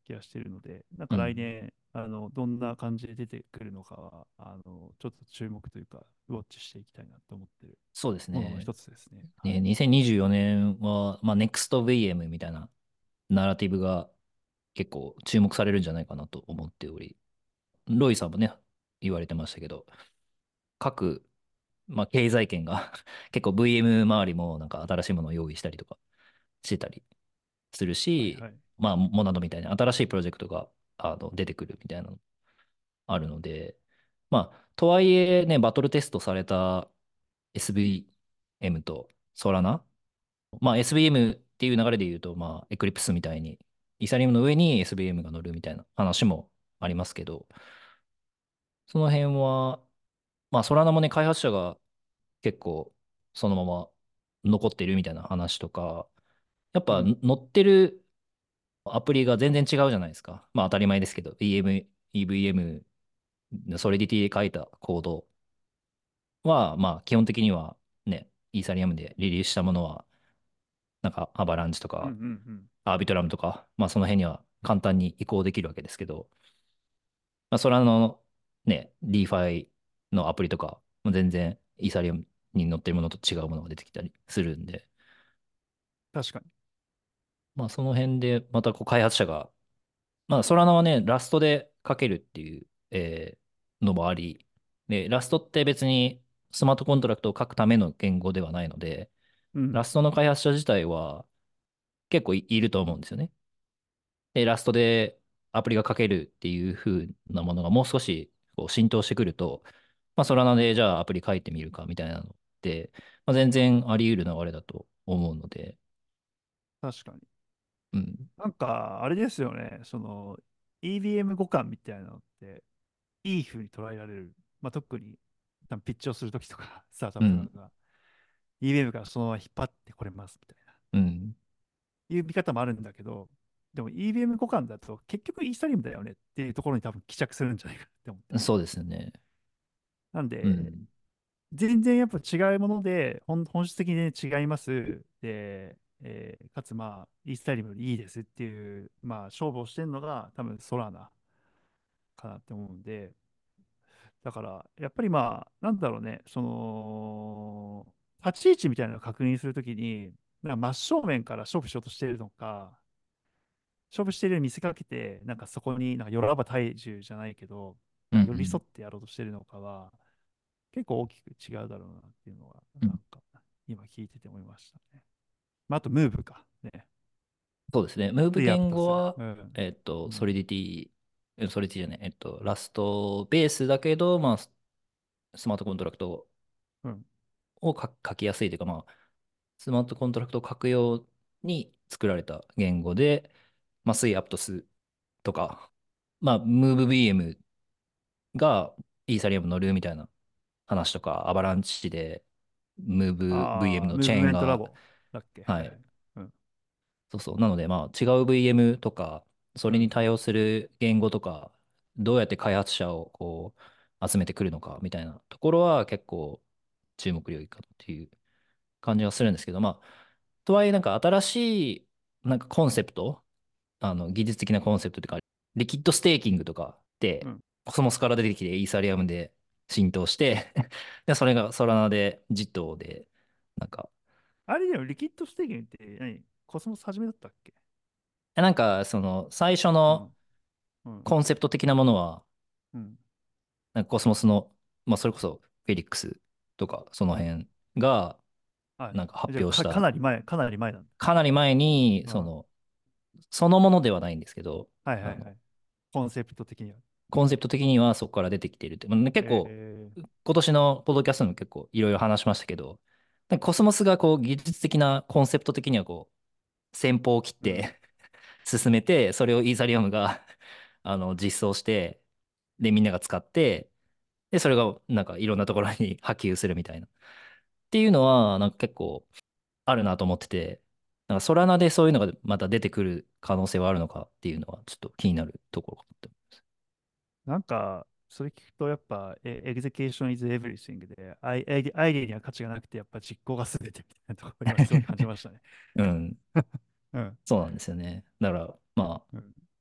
気がしているので、なんか来うん。 年、どんな感じで出てくるのかは、ちょっと注目というか、ウォッチしていきたいなと思ってるそうですね。 ものの一つですね。はね、 い。 2024年は、まあ、NEXTVM みたいなナラティブが結構注目されるんじゃないかなと思っており、ロイさんもね、言われてましたけど、各、まあ、経済圏が結構 VM 周りもなんか新しいものを用意したりとかしてたりするし、 はいはい。 まあ、モナドみたいに新しいプロジェクトが出てくるみたいなのあるので、まあ、とはいえね、バトルテストされた SVM とソラナ、まあ SVM っていう流れで言うと、まあ、エクリプスみたいに、イーサリアムの上に SVM が乗るみたいな話もありますけど、その辺は、まあ、ソラナもね、開発者が結構そのまま残ってるみたいな話とか、やっぱうん。 乗ってるアプリが全然違うじゃないですか。まあ当たり前ですけど、EVM、ソリディティで書いたコードは、まあ基本的にはね、イーサリアムでリリースしたものは、なんかアバランチとうんうか、 んアービトラムとか、まあその辺には簡単に移行できるわけですけど、まあそれはね、DeFi のアプリとか、まあ全然イーサリアムに載ってるものと違うものが出てきたりするんで、 確かに。 まあその辺でまたこう開発者が、まあソラナはね、ラストで書けるっていう、のもあり、で、ラストって別にスマートコントラクトを書くための言語ではないので、 うん。 ラストの開発者自体は結構いると思うんですよね。で、ラストでアプリが書けるっていう風なものがもう少しこう浸透してくると、まあ、ソラナでじゃあアプリ書いてみるかみたいなのって、まあ、全然あり得る流れだと思うので、 確かに。 うん、 なんか、あれですよね。EVM 互換みたいなのって、いい風に捉えられる。まあ、特に、多分ピッチをするときとか、スタートアップとうん、 かが、EVM からそのまま引っ張ってこれますみたいな、 うん、 いう見方もあるんだけど、でも EVM 互換だと結局イーサリアムだよねっていうところに多分帰着するんじゃないかって思ってて。 そうですよね。 なんで、 うん、 全然やっぱ違うもので、本質的にね違います。で、かつまあ、イーサリアムよりいいですっていう、まあ、勝負をしてるのが多分ソラナかなって思うんで、だから、やっぱりまあ、なんだろうね、立ち位置みたいなのを確認するときに、なんか真正面から勝負しようとしているのか、勝負しているように見せかけて、なんかそこになんかよらば体重じゃないけど、 うん、うなんか寄り添ん、 ってやろうとしているのかは、結構大きく違うだろうなっていうのは、 うん。 なんか今聞いてて思いましたね。まあ、あと、ムーブか。ね。 そうですね。ムーブで、やっ言とす。 語は、 うん。うソリデん。 ィティ、ソリディティじゃない、ラストベースだけど、まあ、スマートコントラクトうん。 を書きやすいというか、まあ、スマートコントラクトを書くように作られた言語で、まあ、スイアプトスとか、まあ、ムーブ VM がイーサリアム乗るみたいな話とか、アバランチでムーブ VM ああ、 のチムーブメントラェーンが、 ボだっけ。ははい、 いはい。うん。 そうそう。なので、まあ、違う VM とか、そうん。 れに対応する言語とか、どうやって開発者をこう、集めてくるのかみたいなところは結構注目領域かなっていう感じはするんですけど、まあ、とはいえなんか新しいなんかコンセプト、技術的なコンセプトというか、リキッドステーキングとかって、 うん。 コスモスから出てきてイーサリアムで浸透してで、それがソラナで、ジットーで、なんか、 あれでもリキッドステーキングって何コスモス始めだったっけ？ なんか、その、最初のうん。うん。 コンセプト的なものは、 うん。 なんかコスモスの、まあ、それこそフェリックスとか、その辺が、 はい。 なんか発じゃあか表した、 なり前、かなり前なんだ。 かなり前に、 うん。 そのものではないんですけど、 はいはいはい。コンセプト的には。 コンセプト的にはそこから出てきているって、まあね結構、 え今年のポッドキャストでも結構いろいろ話しましたけど、なんかコスモスがこう技術的なコンセプト的にはこう、先方を切っうん。 て進めて、それをイーサリアムが実装して、で、みんなが使って、で、それがなんかいろんなところに波及するみたいな。っていうのは、なんか結構あるなと思ってて、なんかソラナでそういうのがまた出てくる可能性はあるのかっていうのはちょっと気になるところかなと思います。 なんか、それ聞くと、やっぱ、エグゼケーション is everything で、アイデアには価値がなくて、やっぱ実行が全てみたいなところ、今すごい感じましたね。 うん。 うん。 そうなんですよね。だから、まあ、 うん。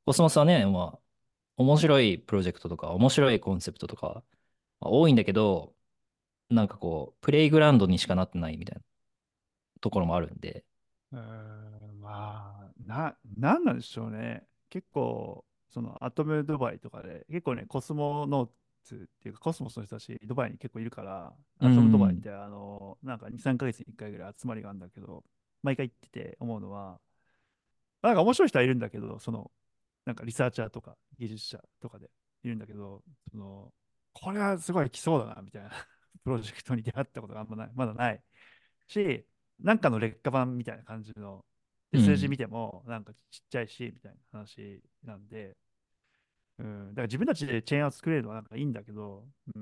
コスモスはね、まあ、面白いプロジェクトとか、面白いコンセプトとか、まあ多いんだけど、なんかこう、プレイグラウンドにしかなってないみたいなところもあるんで。 まあ、なんなんでしょうね。結構、そのアトムドバイとかで、結構ね、コスモノーツっていうか、コスモスの人たち、ドバイに結構いるから、 うアトムドバイっん、 て、なんか2、3ヶ月に1回ぐらい集まりがあるんだけど、毎回行ってて思うのは、なんか面白い人はいるんだけど、なんかリサーチャーとか技術者とかでいるんだけど、これはすごい来そうだな、みたいなプロジェクトに出会ったことがあんまない、まだないし、なんかの劣化版みたいな感じの、で、数字うん、 見ても、なんかちっちゃいし、みたいな話なんで、うん、だから自分たちでチェーンを作れるのはなんかいいんだけど、うん、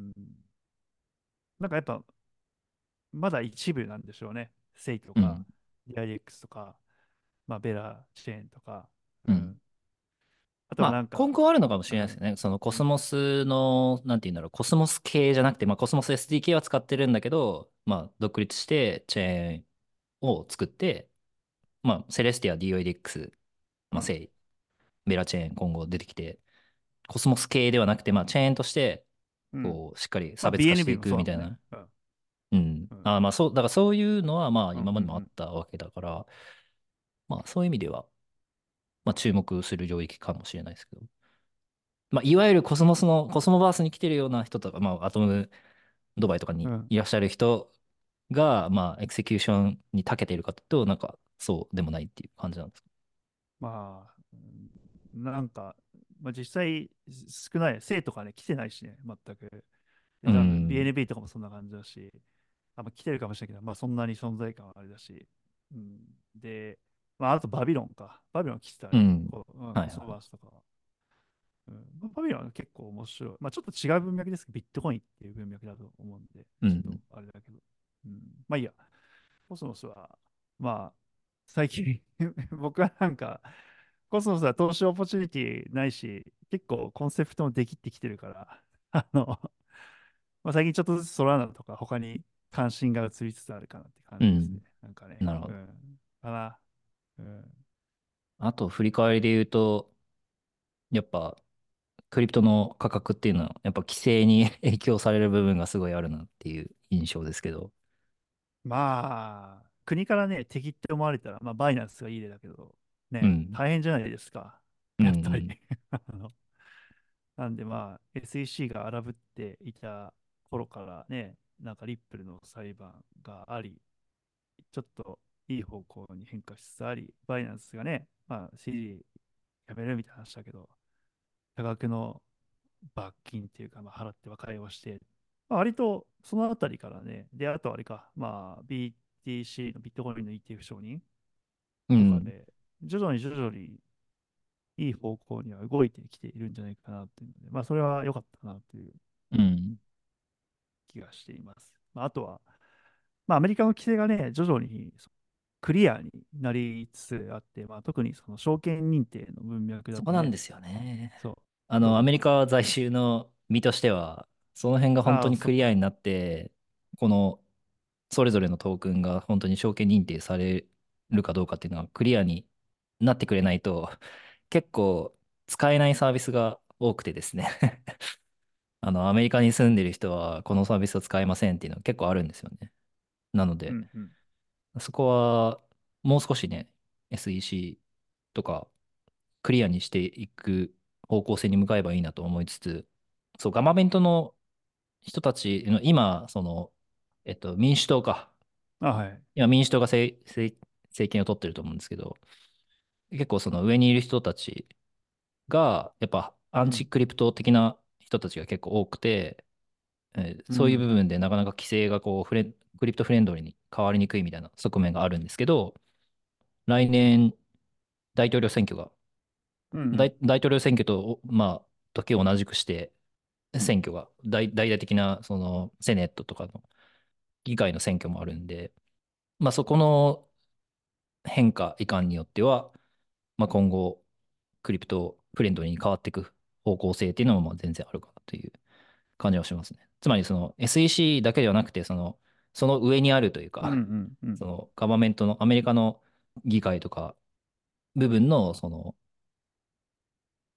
なんかやっぱ、まだ一部なんでしょうね。セイとか、 うん、 DIX とか、まあ、ベラチェーンとか、ううん。 ん。あとまあ、 はなんか、 今後あるのかもしうん、 れないですよね。そのコうん、 スモスの、なんて言うんだろう、コスモス系じゃなくて、まあ、コスモス SDK は使ってるんだけど、まあ、独立してチェーンを作って、まあ、セレスティア、DOIDX、まあ、 うん、 セイ、ベラチェーン今後出てきて、コスモス系ではなくて、まあ、チェーンとして、 うん。 こう、しっかりまあ、 差別化して BNB いもそうだもんね。 くみたいな。 うん、 うん。 うん、 ああ、まあ、そう、だからそういうのは、まあ、 うん、 今までもあっうん、 たわけだから、まあ、そういう意味では、まあ、注目する領域かもしれないですけど。まあ、いわゆるコスモスの、コスモバースに来てるような人とか、まあ、アトムドバイとかにうん。 いらっしゃる人が、まあ、エクセキューションに長けているかというと、なんか、そうでもないっていう感じなんですか。 まあ、なんか、まあ、実際少ない。生とかね、来てないしね、全く。 うで、多分ん。 BNB とかもそんな感じだし、来てるかもしれないけど、まあそんなに存在感はあれだし。うん、で、まああとバビロンか。バビロン来てたね。 うん。 コスモはいはい。 バースとかは。うん、まあバビロンは結構面白い。まあちょっと違う文脈ですけど、ビットコインっていう文脈だと思うんで、ちょっとうん。 あれだけど。うん、まあいいや。コスモスは、まあ、最近僕はなんか、コスモスは投資オポチュニティないし、結構コンセプトもできってきてるから、まあ、最近ちょっとずつソラーナとか他に関心が移りつつあるかなって感じですね。 うん。 なんかね、 なるほど。 うん。かな。うん。 あと、振り返りで言うと、やっぱ、クリプトの価格っていうのは、やっぱ規制に影響される部分がすごいあるなっていう印象ですけど。 まあ、国からね、敵って思われたら、まあ、バイナンスがいい例だけど、ね、 うん。 大変じゃないですか。 うんうやっぱりん。 あのなんでまあ、SEC が荒ぶっていた頃からね、なんかリップルの裁判があり、ちょっといい方向に変化しつつあり、バイナンスがね、まあ、CG やめるみたいな話だけど、多額の罰金っていうか、まあ、払って和解をして、まあ、割とそのあたりからね、で、あとあれか、まあ、BTC のビットコインの ETF 承認うん。 とかで、徐々に徐々にいい方向には動いてきているんじゃないかなっていうので、まあ、それは良かったかなといううん。 気がしています。まあ、あとは、まあ、アメリカの規制がね、徐々にクリアになりつつあって、まあ、特にその証券認定の文脈だそことね、 なんですよね。 そう、 アメリそう、 カ在住の身としては、その辺が本当ああ、 にクそっか。 リアになって、この、それぞれのトークンが本当に証券認定されるかどうかっていうのはクリアになってくれないと、結構使えないサービスが多くてですねアメリカに住んでる人はこのサービスを使えませんっていうのが結構あるんですよね。なので、 うんうん。 そこはもう少しね、SEC とかクリアにしていく方向性に向かえばいいなと思いつつ、そう、ガバメントの人たちの今、民主党か。 あ、はい。 今、民主党が政権を取ってると思うんですけど、結構その上にいる人たちが、やっぱアンチうん。 クリプト的な人たちが結構多くて、そういう部うん。 分でなかなか規制がこうクリプトフレンドリーに変わりにくいみたいな側面があるんですけど、来年大統領選挙が、 うんうん。 大統領選挙と、まあ、時を同じくして、選挙が、大々的な、その、セネットとかの議会の選挙もあるんで、まあ、そこの変化、移管によっては、まあ、今後、クリプトフレンドリーに変わっていく方向性っていうのもまあ全然あるかなという感じはしますね。つまり、その SEC だけではなくて、その上にあるといううんうか、 んうん。 そのガバメントのアメリカの議会とか部分の、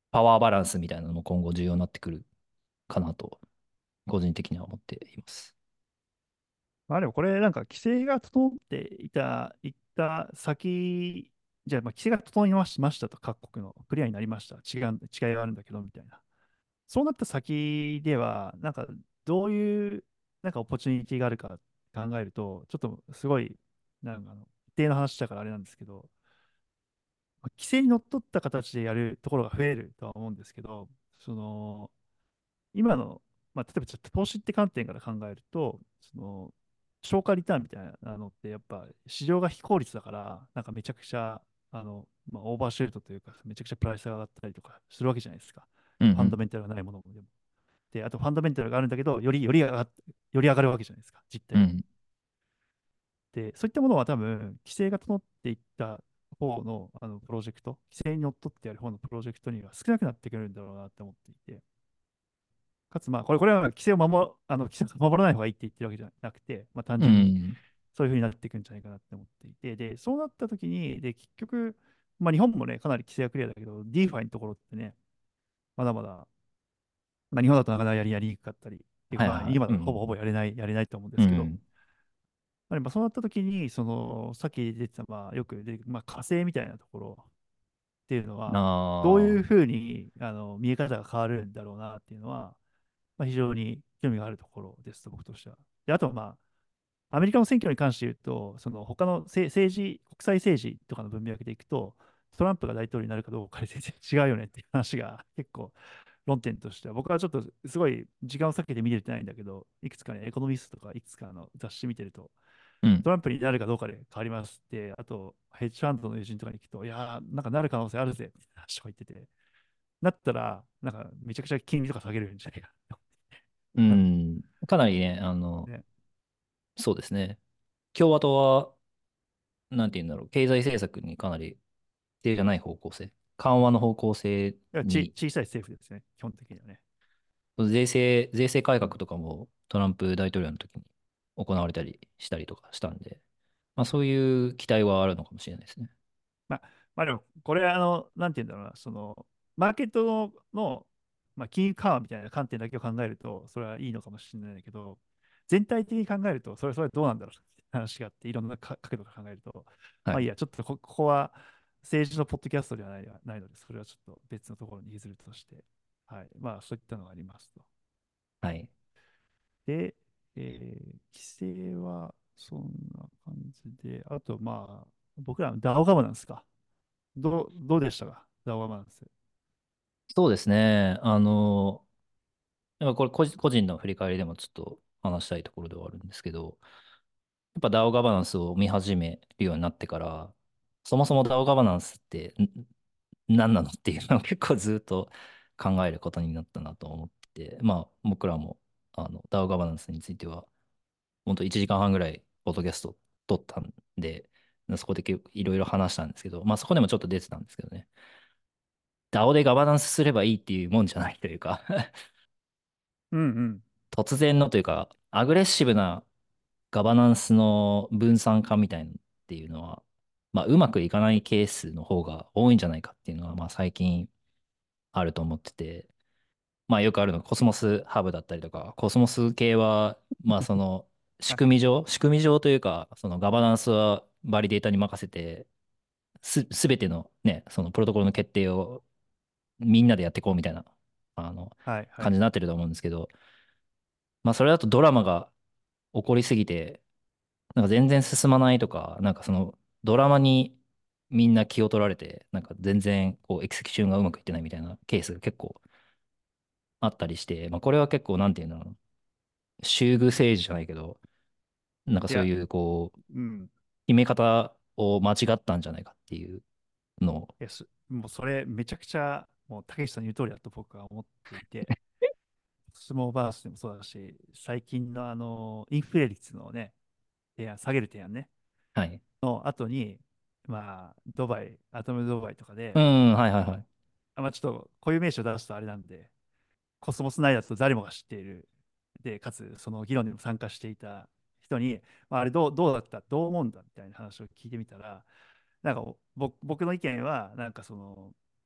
パワーバランスみたいなのも今後重要になってくるかなと、個人的には思っています。 まあでもこれなんか規制が整っていった先、じゃあまあ規制が整いましたと各国のクリアになりました。違いがあるんだけどみたいな。そうなった先では、なんかどういうなんかオポチュニティがあるか考えると、ちょっとすごい、なんか一定の話だからあれなんですけど、まあ規制にのっとった形でやるところが増えるとは思うんですけど、その、今の、まあ、例えばちょっと投資って観点から考えると、消化リターンみたいなのって、やっぱ市場が非効率だから、なんかめちゃくちゃ、まあ、オーバーシュートというか、めちゃくちゃプライスが上がったりとかするわけじゃないですか。 うんうん。 ファンダメンタルがないものもでも。で、あとファンダメンタルがあるんだけど、より上がるわけじゃないですか、実態が。 うん。 で、そういったものは多分、規制が整っていった方の、プロジェクト、規制にのっとってやる方のプロジェクトには少なくなってくるんだろうなって思っていて、かつ、まあ、これは規制を守らない方がいいって言ってるわけじゃなくて、まあ、単う純にん。 そういうふうになっていくんじゃないかなって思っていて、で、そうなった時に、で、結局、まあ、日本もね、かなり規制がクリアだけど、DeFi のところってね、まだまだ、まあ、日本だとなかなかやりにくかったり、っていうか、まあ、 はいはいはい。 今だとほぼほうん。 ぼやれないと思うんですけど、 うん。 まあ、そうなった時に、さっき出てた、まあ、よく出てくる、まあ、火星みたいなところっていうのは、どういうあふうに見え方が変わるんだろうなっていうのは、まあ、非常に興味があるところですと、僕としては。で、あとはまあ、アメリカの選挙に関して言うと、その他の政治、国際政治とかの文脈でいくと、トランプが大統領になるかどうかで全然違うよねっていう話が結構論点としては、僕はちょっとすごい時間を避けて見れてないんだけど、いくつかね、エコノミストとかいくつかの雑誌見てると、 うん。 トランプになるかどうかで変わりますって、あと、ヘッジファンドの友人とかに聞くと、いやー、なんかなる可能性あるぜって話とか言ってて、なったら、なんかめちゃくちゃ金利とか下げるんじゃないかうな。 ん。かなりね、 ね、 そうですね。共和党は、なんて言うんだろう、経済政策にかなり定じゃない方向性、緩和の方向性いやに、 小さい政府ですね、基本的にはね。 税制改うん。 革とかもトランプ大統領の時に行われたりしたりとかしたんで、まあそういう期待はあるのかもしれないですね。 まあでも、これはなんて言うんだろうな、マーケットの、まあ、金融緩和みたいな観点だけを考えると、それはいいのかもしれないけど、全体的に考えると、それどうなんだろうって話があって、いろんな角度から考えると、 はい。 まあいいや、ちょっとここは政治のポッドキャストではないので、それはちょっと別のところに譲るとして、はい。まあそういったのがありますと。 はい。 で、規制はそんな感じで、あとまあ、僕らの DAO ガバナンスか。どうでしたか？ダオガバナンス。 そうですね。やっぱこれ個人の振り返りでもちょっと話したいところではあるんですけど、やっぱ DAO ガバナンスを見始めるようになってから、そもそも DAO ガバナンスって何なのっていうのを結構ずっと考えることになったなと思ってて、まあ僕らもDAO ガバナンスについては、本当1時間半ぐらいポッドキャスト撮ったんで、そこで結構いろいろ話したんですけど、まあそこでもちょっと出てたんですけどね。DAO でガバナンスすればいいっていうもんじゃないというかうんうん。 突然のというか、アグレッシブなガバナンスの分散化みたいなっていうのは、まあ、うまくいかないケースの方が多いんじゃないかっていうのは、まあ、最近あると思ってて、まあ、よくあるのがコスモスハブだったりとか、コスモス系は、まあ、その仕組み上というか、そのガバナンスはバリデータに任せて、すべてのね、そのプロトコルの決定をみんなでやっていこうみたいな、 はいはい。 感じになってると思うんですけど、まあ、それだとドラマが起こりすぎて、なんか全然進まないとか、なんかそのドラマにみんな気を取られて、なんか全然こうエクセキュションがうまくいってないみたいなケースが結構あったりして、まあこれは結構なんていうの、集遇政治じゃないけど、なんかいや、 そういうこう、 うん。 決め方を間違ったんじゃないかっていうのを、 もうそれめちゃくちゃ、もうたけしさんの言う通りだと僕は思っていて、スモーバースでもそうだし、最近のインフレ率のね、下げる提案ね、 はい。 の後に、まあ、アトムドバイとかで、 うん、はいはいはい。 まあちょっと固有名詞を出すとあれなんで、コスモス内だと誰もが知っている。で、かつ、その議論にも参加していた人に、まあ、あれどうだったどう思うんだみたいな話を聞いてみたら、なんか僕の意見は、なんか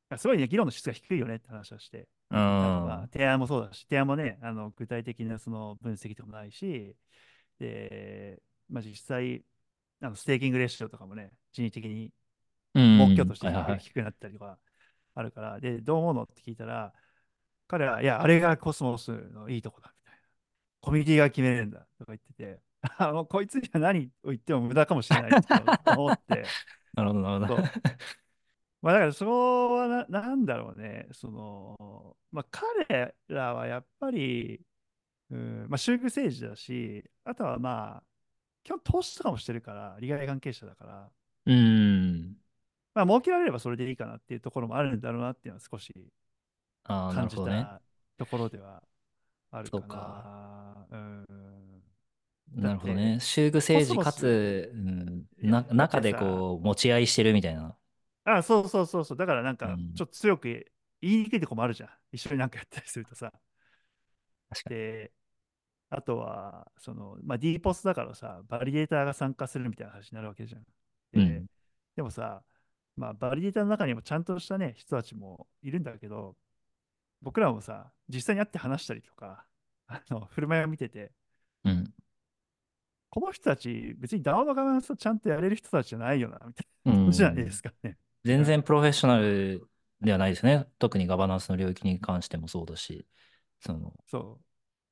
すごいね、議論の質が低いよねって話をして、 うなんかまあ、 ん。 提案もそうだし、提案もね、具体的なその分析とかもないし、で、まあ実際、ステーキングレシオとかもね、人為的にう目標とん。 してはいはいはい。 低くなったりとかあるから、で、どう思うのって聞いたら、彼は、いや、あれがコスモスのいいとこだ、みたいな。コミュニティが決めるんだ、とか言ってて、もうこいつには何を言っても無駄かもしれないと思って、 なるほど、なるほど。 そう。まあだからそこはなんだろうね、まあ彼らはやっぱり、まあ宗教政治だし、あとはまあ、基本投資とかもしてるから、利害関係者だから、 うん。 まあ儲けられればそれでいいかなっていうところもあるんだろうなっていうのは少しああ、な感るほどね。 じたところではあるかそうか。 な。だって、 なるほどね。修具コ政治かスモス、 つ、うん、 いや、だっ中でてさ、 こう、持ち合いしてるみたいな。 そうそうそうそう、だからなんか、 うん。 ちょっと強く言いにくいとこもあるじゃん。一緒になんかやったりするとさ。 確かで、あとは、まあ、D ポスだからさ、バリデーターが参加するみたいな話になるわけじゃん。 に。うで、 ん。 でもさ、まあ、バリデーターの中にもちゃんとしたね、人たちもいるんだけど、僕らもさ、実際に会って話したりとか、振る舞いを見てて、 うん。 この人たち、別に DAO のガバナンスをちゃんとやれる人たちじゃないよな、みたいうな感じじゃないでん。 すかね。う全然ん。 プロフェッショナルではないですね。特にガバナンスの領域に関してもそうだし、その、 そう。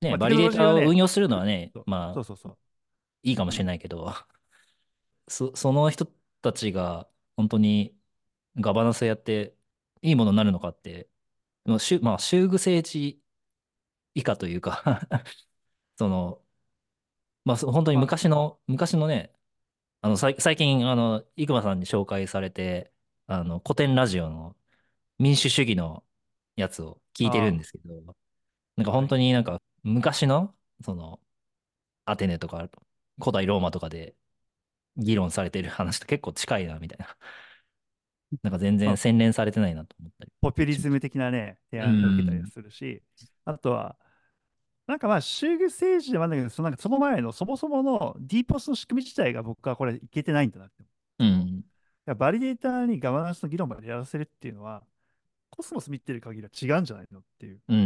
まね、 あ、テクノバリデーターロジーはね、 を運用するのはね、 そうまあ、 そうそうそいいかもう。うしれん。 ないけど、その人たちが本当にガバナンスやっていいものになるのかって、まあ、修具政治以下というかその、まあ、本当にまあ、 昔のね、最近、生駒さんに紹介されて、古典ラジオの民主主義のやつを聞いてるんあですけど、なんかはい。 本当になんか昔の、その、アテネとか古代ローマとかで議論されてる話と結構近いな、みたいな。なんか全まあ、 然洗練されてないなと思ったりポピュリしました。 ズム的なね、提う案が受けたりはん。 するし、あとは、なんかまあ、衆議政治でもあるんだけど、なんかその前のそもそもの D ポスの仕組み自体が僕はこれいけてないんだなって。 うん。 いやバリデーターにガバナンスの議論までやらせるっていうのは、コスモス見てる限りは違うんじゃないのっていう。 うん。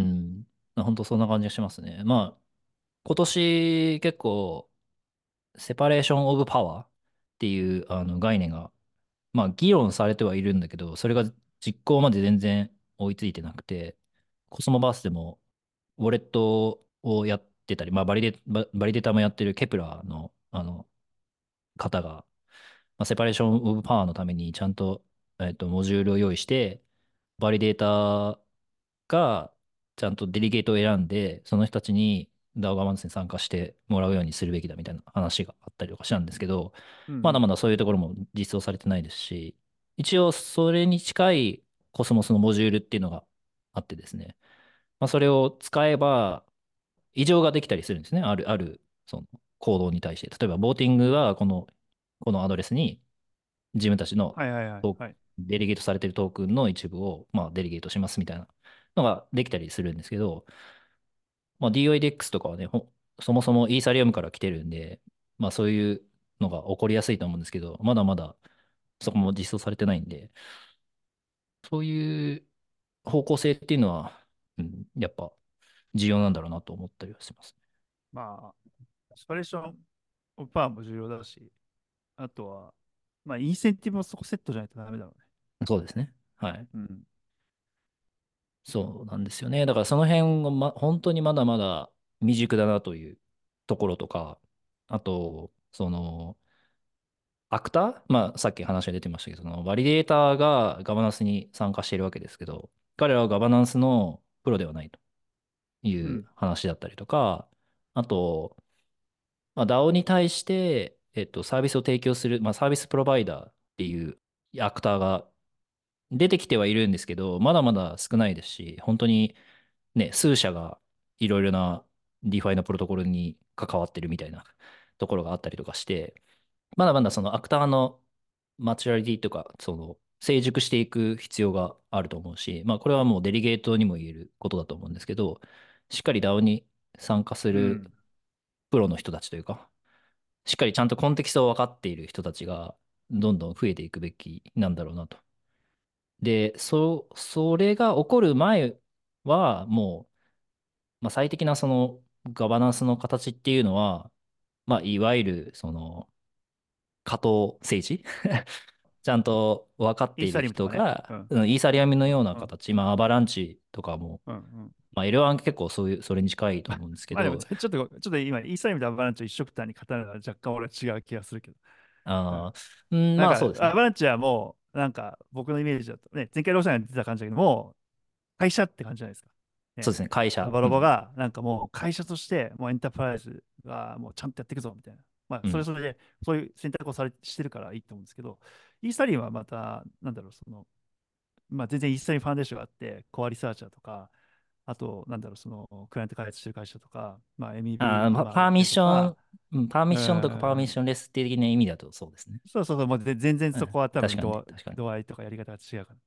本当そんな感じがしますね。まあ、今年結構、セパレーション・オブ・パワーっていう概念が、まあ、議論されてはいるんだけど、それが実行まで全然追いついてなくて、コスモバースでも、ウォレットをやってたり、まあ、バリデータもやってるケプラーの、方が、まあ、セパレーション・オブ・パワーのためにちゃんと、モジュールを用意して、バリデータがちゃんとデリゲートを選んで、その人たちに DAO ガバナンスに参加してもらうようにするべきだみたいな話があったりとかしたんですけど、まだまうんうん。 だそういうところも実装されてないですし、一応それに近いコスモスのモジュールっていうのがあってですね、まあ、それを使えば異常ができたりするんですね。ある、その行動に対して。例えば、ボーティングはこのアドレスに自分たちのはいはいはいはい。 デリゲートされているトークンの一部を、まあ、デリゲートしますみたいなのができたりするんですけど、まあ、DOIDX とかはね、そもそもイーサリアムから来てるんで、まあ、そういうのが起こりやすいと思うんですけど、まだまだそこも実装されてないんで、そういう方向性っていうのは、うん、やっぱ重要なんだろうなと思ったりはしますね。 まあ、スパレーションオブパワーも重要だし、あとは、まあ、インセンティブもそこセットじゃないとダメだろうね。 そうですね。はい。 うん。 そうなんですよね。だからその辺が、本当にまだまだ未熟だなというところとか、あと、アクターまあ、さっき話が出てましたけど、そのバリデーターがガバナンスに参加しているわけですけど、彼らはガバナンスのプロではないといううん。 話だったりとか、あと、まあ、DAO に対して、サービスを提供する、まあ、サービスプロバイダーっていうアクターが出てきてはいるんですけど、まだまだ少ないですし、本当にね、数社がいろいろな DeFi のプロトコルに関わってるみたいなところがあったりとかして、まだまだそのアクターのマチュラリティとか、成熟していく必要があると思うし、まあこれはもうデリゲートにも言えることだと思うんですけど、しっかり DAO に参加するうん。 プロの人たちというか、しっかりちゃんとコンテキストを分かっている人たちがどんどん増えていくべきなんだろうなとで、それが起こる前は、もう、まあ、最適なそのガバナンスの形っていうのは、まあ、いわゆる、その、加藤政治ちゃんと分かっイーサているリアムとかね。 人が、 うん。 イーサリアムのようなうん。 形、まあ、アバランチとかも、 うん。うん。 まあ、L1 結構そういう、それに近いと思うんですけまあでも、 ど、 ちょっと今、イーサリアムとアバランチを一緒くたに語るのは若干俺は違う気がするけど。うん。 まあなんか、 そうですね。 アバランチはもう、なんか、僕のイメージだとね、前回ローシャンが出てた感じだけども、会社って感じじゃないですか。ね。 そうですね、会社。 ラバロボうん。 が、なんかもう会社として、もうエンタープライズがもうちゃんとやっていくぞ、みたいな。まあ、 うん。 それで、そういう選択をしてるからいいと思うんですけど、イーサリアムはまた、なんだろう、まあ、全然イーサリアムファンデーションがあって、コアリサーチャーとか、あと、なんだろう、クライアント開発してる会社とか、まあ、MEV がまあやってパーミッショるとか、 ン、パーミうッションとかパーミッションん、 レス的な意味だとそうですね。 そうそうそう、もう全然うん。 そこは多確かにね、 分確かに。 度合いとかやり方が違うから。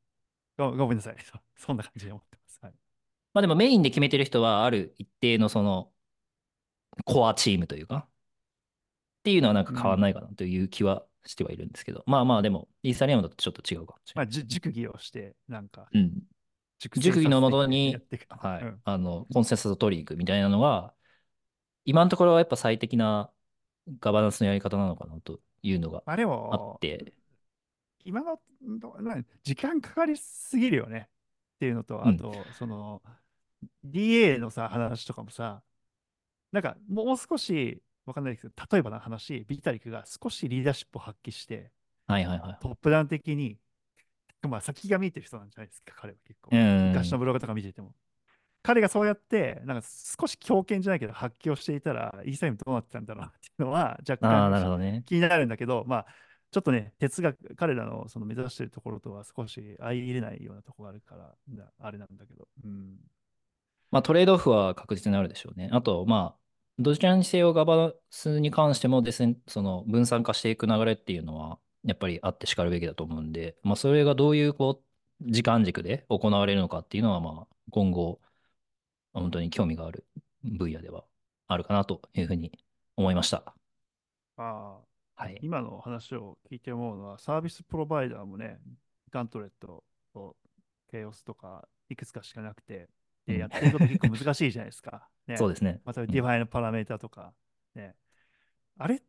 ごめんなさい。そんな感じで思ってます。はい。 まあでもメインで決めてる人は、ある一定のその、コアチームというか、っていうのはなんか変わらないうん。 かなという気はしてはいるんですけど、まあまあでも、イーサリアムだとちょっと違うかもしれまあ、 ないですね。 熟議をして、なんか、 うん。 熟成熟議のもさせていってやっとに、 ていく。 はい、 うん。 コンセンサスを取りに行くみたいなのが、今のところはやっぱ最適なガバナンスのやり方なのかなというのがまあであっも、 て、 今の、時間かかりすぎるよねっていうのと、 うん。 あと、DA のさ、話とかもさ、なんかもう少し、わかんないですけど、例えばの話、ビタリックが少しリーダーシップを発揮して、 はいはいはい。 トップダウン的に、まあ先が見えてる人なんじゃないですか、彼は結構。 う昔のん。 ブログとか見てても。彼がそうやって、なんか少し強権じゃないけど発揮をしていたら、イーサリアムどうなってたんだろうなっていうのは若ああ、 干なるほどね。 気になるんだけど、まあ、ちょっとね、哲学、彼らのその目指しているところとは少し相入れないようなところがあるから、あれなんだけど。うん。 まあトレードオフは確実にあるでしょうね。あと、まあ、どちらにせよガバナンスに関してもですね、その分散化していく流れっていうのは、やっぱりあってしかるべきだと思うんで、まあそれがどういうこう、時間軸で行われるのかっていうのは、まあ今後、本当に興味がある分野ではあるかなというふうに思いました。 ああ、 はい。 今の話を聞いて思うのは、サービスプロバイダーもね、ガントレットとケイオスとかいくつかしかなくて、で、 うん。 やってること結構難しいじゃないですか。ね。 そうですね。 また、 うん。 ディファイのパラメータとか、ね。あれって、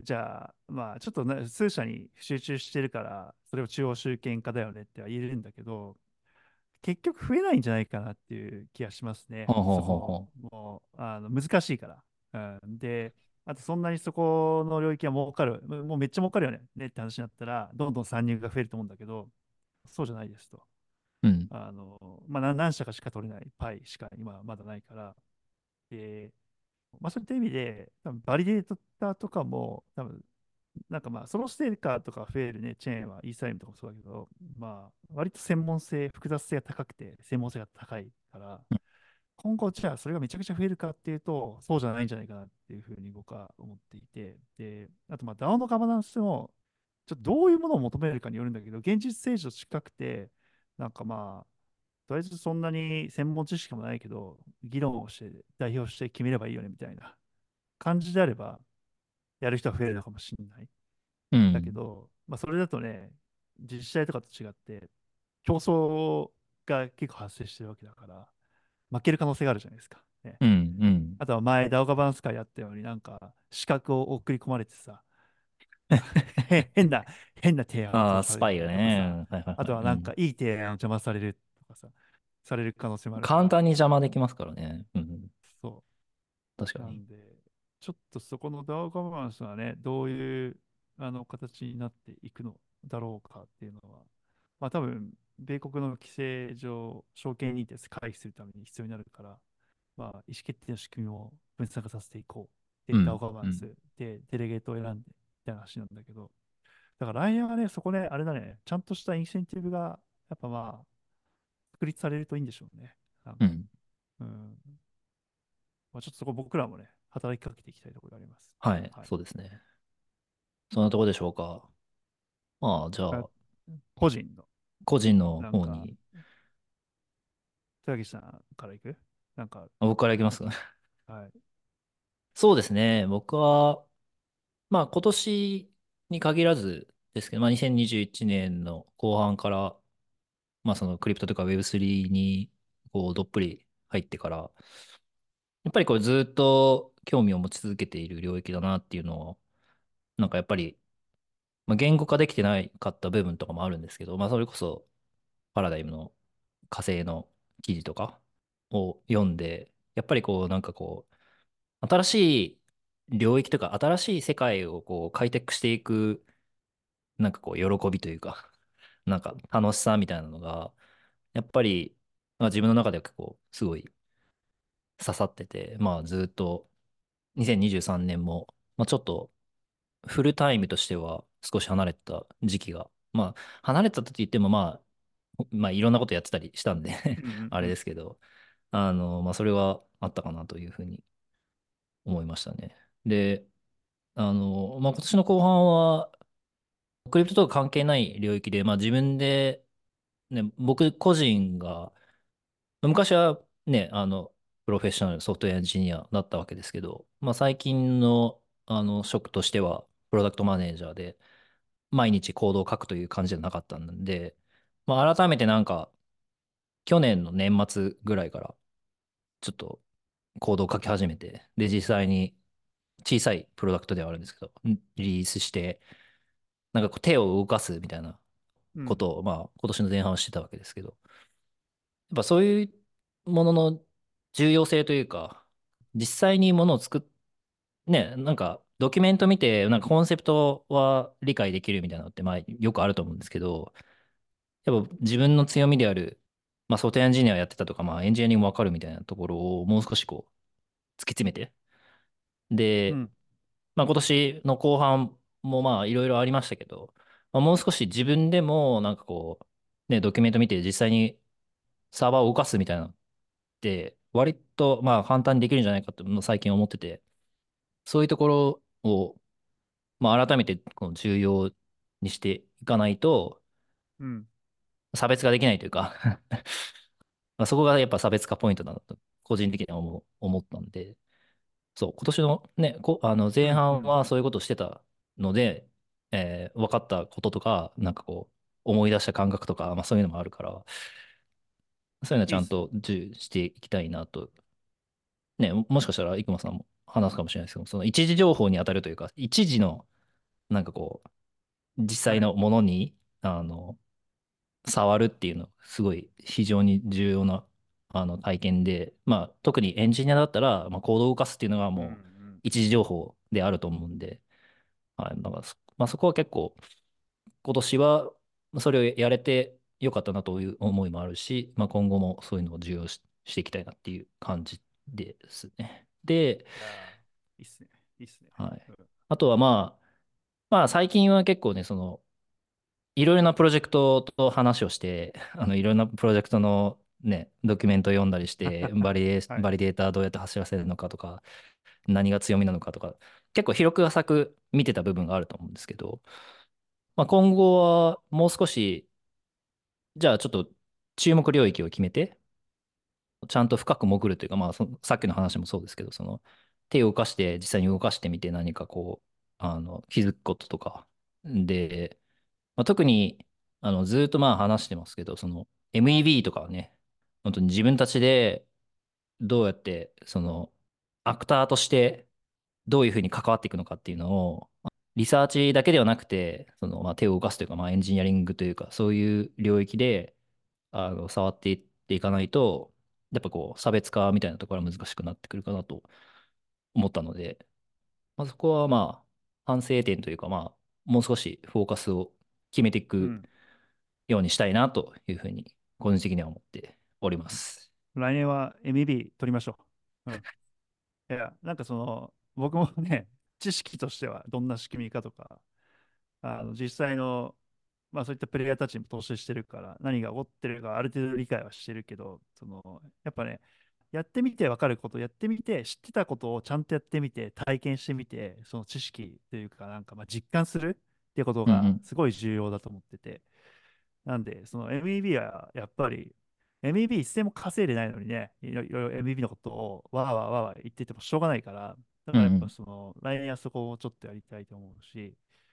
じゃあ、まあ、ちょっと数社に集中してるから、それを中央集権化だよねっては言えるんだけど、結局増えないんじゃないかなっていう気がしますね。 ほうほうそこ、 ほうほもう、難しいから。うん、で、あとそんなにそこの領域は儲かる、もうめっちゃ儲かるよねって話になったら、どんどん参入が増えると思うんだけど、そうじゃないですと。 う。うん。 まあ、何社かしか取れないパイしか今まだないから、で、まあ、そういった意味で、多分バリデータとかも、多分なんかまあ、ソロステーカーとか増えるね、チェーンは、イーサリアムとかもそうだけど、まあ、割と専門性、複雑性が高くて、専門性が高いから、今後、じゃあ、それがめちゃくちゃ増えるかっていうと、そうじゃないんじゃないかなっていうふうに僕は思っていて、で、あと、まあ、DAO のガバナンスも、ちょっとどういうものを求めるかによるんだけど、現実政治と近くて、なんかまあ、とりあえずそんなに専門知識もないけど、議論をして代表して決めればいいよねみたいな感じであれば、やる人は増えるのかもしれない。だけうん。 ど、まあ、それだとね、自治体とかと違って、競争が結構発生してるわけだから、負ける可能性があるじゃないですか。ね、 うん。うん。 あとは前、ダオガバナンス会やったように、なんか、資格を送り込まれてさ、変な、変な提案をああ、 されスパイがるとかさ、 ね。はいはいはい。 あとはうん。 なんか、いい提案を邪魔されるとかさ、される可能性もあるから、 簡単に邪魔できますからね。うん。 そう。 確かに。 なんで、ちょっとそこの DAO ガバナンスはね、どういう形になっていくのだろうかっていうのは、まあ多分、米国の規制上、証券認定回避するために必要になるから、まあ意思決定の仕組みを分散化させていこう。で、 うん。 DAO ガバナンうん。 スでデレゲートを選んで、みたいな話なんだけど、だから来年はね、そこね、あれだね、ちゃんとしたインセンティブが、やっぱまあ、確立されるといいんでしょうね。なんか、 うん。 うん。まあ、ちょっとそこ僕らもね、働きかけていきたいところがあります。 はい。 はい。 そうですね。そんなとこでしょうか。まあ、じゃあ、 あ、 個人の、 個人のなんか、 方に、 寺木さんからいくなんか、 僕からいきますか。 はい。 そうですね。僕は、まあ、今年に限らずですけど、まあ、2021年の後半から、 まあそのクリプトとか Web3 にこうどっぷり入ってから、やっぱりこれずっと興味を持ち続けている領域だなっていうのを、なんかやっぱり、まあ、言語化できてないかった部分とかもあるんですけど、まあそれこそパラダイムの火星の記事とかを読んで、やっぱりこうなんかこう、新しい領域とか新しい世界をこう開拓していく、なんかこう喜びというか、なんか楽しさみたいなのが、やっぱり、まあ、自分の中では結構すごい刺さってて、まあずっと2023年も、まあちょっとフルタイムとしては少し離れた時期が、まあ離れたと言ってもまあいろんなことやってたりしたんでうんうんあれでうん。 すけど、まあそれはあったかなというふうに思いましたね。で、まあ今年の後半は、クリプトとか関係ない領域で、まあ自分で、ね、僕個人が、昔はね、プロフェッショナルソフトウェアエンジニアだったわけですけど、まあ最近の、職としては、プロダクトマネージャーで、毎日コードを書くという感じじゃなかったんで、まあ改めてなんか、去年の年末ぐらいから、ちょっとコードを書き始めて、で、実際に小さいプロダクトではあるんですけど、リリースして、なんかこう手を動かすみたいなうん。 ことを、まあ今年の前半はしてたわけですけど、やっぱそういうものの重要性というか、実際にものを作っ、ね、なんかドキュメント見て、なんかコンセプトは理解できるみたいなのって、まあよくあると思うんですけど、やっぱ自分の強みである、まあソフトウェアエンジニアやってたとか、まあエンジニアリングもわかるみたいなところをもう少しこう突き詰めて、で、 うん。 まあ今年の後半もまあいろいろありましたけど、まあ、もう少し自分でもなんかこう、ね、ドキュメント見て実際にサーバーを動かすみたいなのって、割とまあ簡単にできるんじゃないかと最近思ってて、そういうところを、まあ、改めてこの重要にしていかないと、 うん。 差別化できないというかまあそこがやっぱ差別化ポイントだなと、個人的には思ったんで、そう、今年のね、前うん。うん。 半はそういうことをしてたので、分かったこととか、なんかこう、思い出した感覚とか、まあそういうのもあるから、そういうのはちゃんいいっすね。 と重視していきたいなと、ね、もしかしたら、生駒さんも話すかもしれないですけど、その一時情報に当たるというか、一時の、なんかこう、実はい。 際のものに、触るっていうの、すごい非常に重要な、体験で、まあ、特にエンジニアだったら、まあ、コードを動かすっていうのがうん。うもう、 ん。 一時情報であると思うんで、はい、だからまあ、そこは結構、今年は、それをやれてよかったなという思いもあるし、まあ、今後もそういうのを重要していきたいなっていう感じですね。で、 いやー、いいっすね。いいっすね。 はい。 うん。 あとはまあ最近は結構ね、その、いろいろなプロジェクトと話をして、いろんなプロジェクトのね、ドキュメントを読んだりして、 はい。 バリデータどうやって走らせるのかとか、何が強みなのかとか、結構広く浅く見てた部分があると思うんですけど、まあ、今後はもう少し、じゃあちょっと注目領域を決めて、ちゃんと深く潜るというか、まあさっきの話もそうですけど、その手を動かして実際に動かしてみて何かこう、気づくこととか。で、まあ、特に、ずーっとまあ話してますけど、その MEB とかはね、本当に自分たちでどうやって、その、アクターとしてどういうふうに関わっていくのかっていうのを、リサーチだけではなくて、その、まあ、手を動かすというか、まあ、エンジニアリングというか、そういう領域で、触っていっていかないと、やっぱこう、差別化みたいなところは難しくなってくるかなと思ったので、まあ、そこはまあ、反省点というか、まあ、もう少しフォーカスを決めていくうん。 ようにしたいなというふうに、個人的には思っております。 来年は MEB 取りましょう。うん。いや、なんかその、僕もね、知識としてはどんな仕組みかとか、実際の、まあそういったプレイヤーたちにも投資してるから、何が起こってるかある程度理解はしてるけど、やっぱね、やってみて分かること、やってみて、知ってたことをちゃんとやってみて、体験してみて、その知識というか、なんかまあ実感するっていうことがうんうん。 すごい重要だと思ってて、なんで、その MEB はやっぱり、MEB 一銭も稼いでないのにね、いろいろ MEB のことをわーわーわーわー言っててもしょうがないから、だからやっぱうんうん。 その、来年はそこをちょっとやりたいと思うし、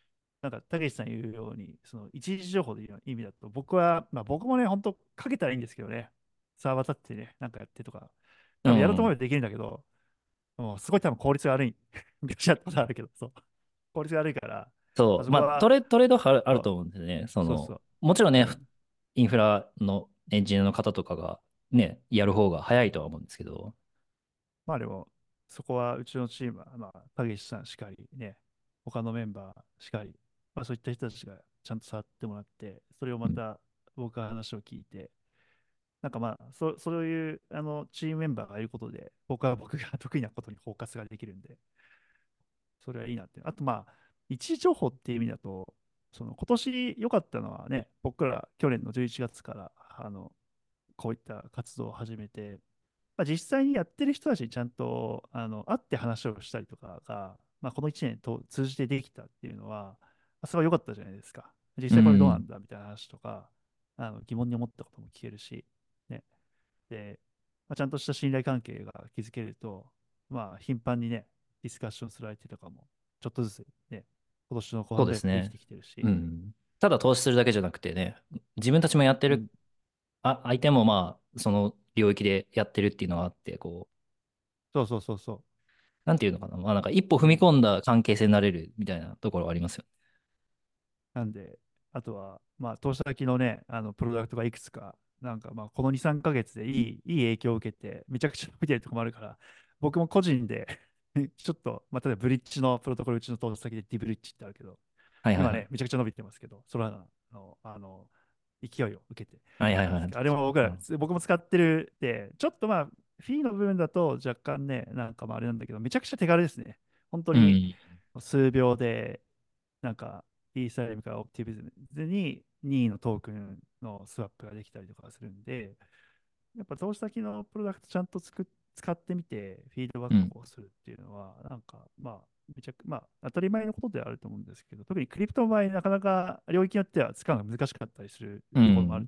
なんか、たけしさん言うように、その一時情報でいう意味だと、僕は、まあ僕もね、本当かけたらいいんですけどね、サーバー立ってね、なんかやってとか、多分やろうと思うん。 えばできるんだけど、もうすごい多分効率が悪い。昔やったことあるけど、そう。効率が悪いから、まあ、 そう。まあ、 そこは、 トレードあるそと思うんですよね。 そうそう。 もちろんね、 うん。 インフラのエンジニアの方とかがね、やる方が早いとは思うんですけど、 まあでも、そこはうちのチームは、まあ、たけしさんしかりね、他のメンバーしかり、まあそういった人たちがちゃんと触ってもらって、それをうん、 また僕が話を聞いて、なんかまあ、そういうチームメンバーがいることで、僕が得意なことにフォーカスができるんで、それはいいなって。あとまあ、一時情報っていう意味だと、その今年良かったのはね、僕ら去年の11月からこういった活動を始めて、まあ、実際にやってる人たちにちゃんと会って話をしたりとかが、まあ、この1年と通じてできたっていうのは、まあすごい良かったじゃないですか。実う際これどうなんん、 だみたいな話とか、疑問に思ったことも聞けるし、ね。で、まあ、ちゃんとした信頼関係が築けると、まあ、頻繁にね、ディスカッションする相手とかも、ちょっとずつね、今年の後そう半ぐですね。 らいからできてきてるし、 うん。ただ投資するだけじゃなくてね、自分たちもやってる、 うん、 相手もまあ、その領域でやってるっていうのがあって、 そうそうそうそなんていうのかな、まあなんか一歩踏う。うん。 み込んだ関係性になれるみたいなところはありますよ。 なんで、あとは、まあ、投資先のね、プロダクトがいくつか、なんかまあ、この2、3ヶ月でいい影響を受けて、めちゃくちゃ伸びてるところもあるから、僕も個人でちょっと、まあ、例えばブリッジのプロトコル、うちの投資先でディブリッジってあるけど、今ね、 はいはいはい。 めちゃくちゃ伸びてますけど、それは勢いを受けてはいはいはい。 なんですけど、あれも僕も使ってるで、ちょっとまあ、フィーの部分だと若干ね、なんかまああれなんだけど、めちゃくちゃ手軽ですね。本当にうん。 数秒で、なんか、イーサリアムからオプティビズムに任意のトークンのスワップができたりとかするんで、やっぱ投資先のプロダクトちゃんと使ってみて、フィードバッうん。 クをするっていうのは、なんか、まあ、まあ、当たり前のことではあると思うんですけど、特にクリプトの場合、なかなか領域によっては使うのが難しかったりするうん。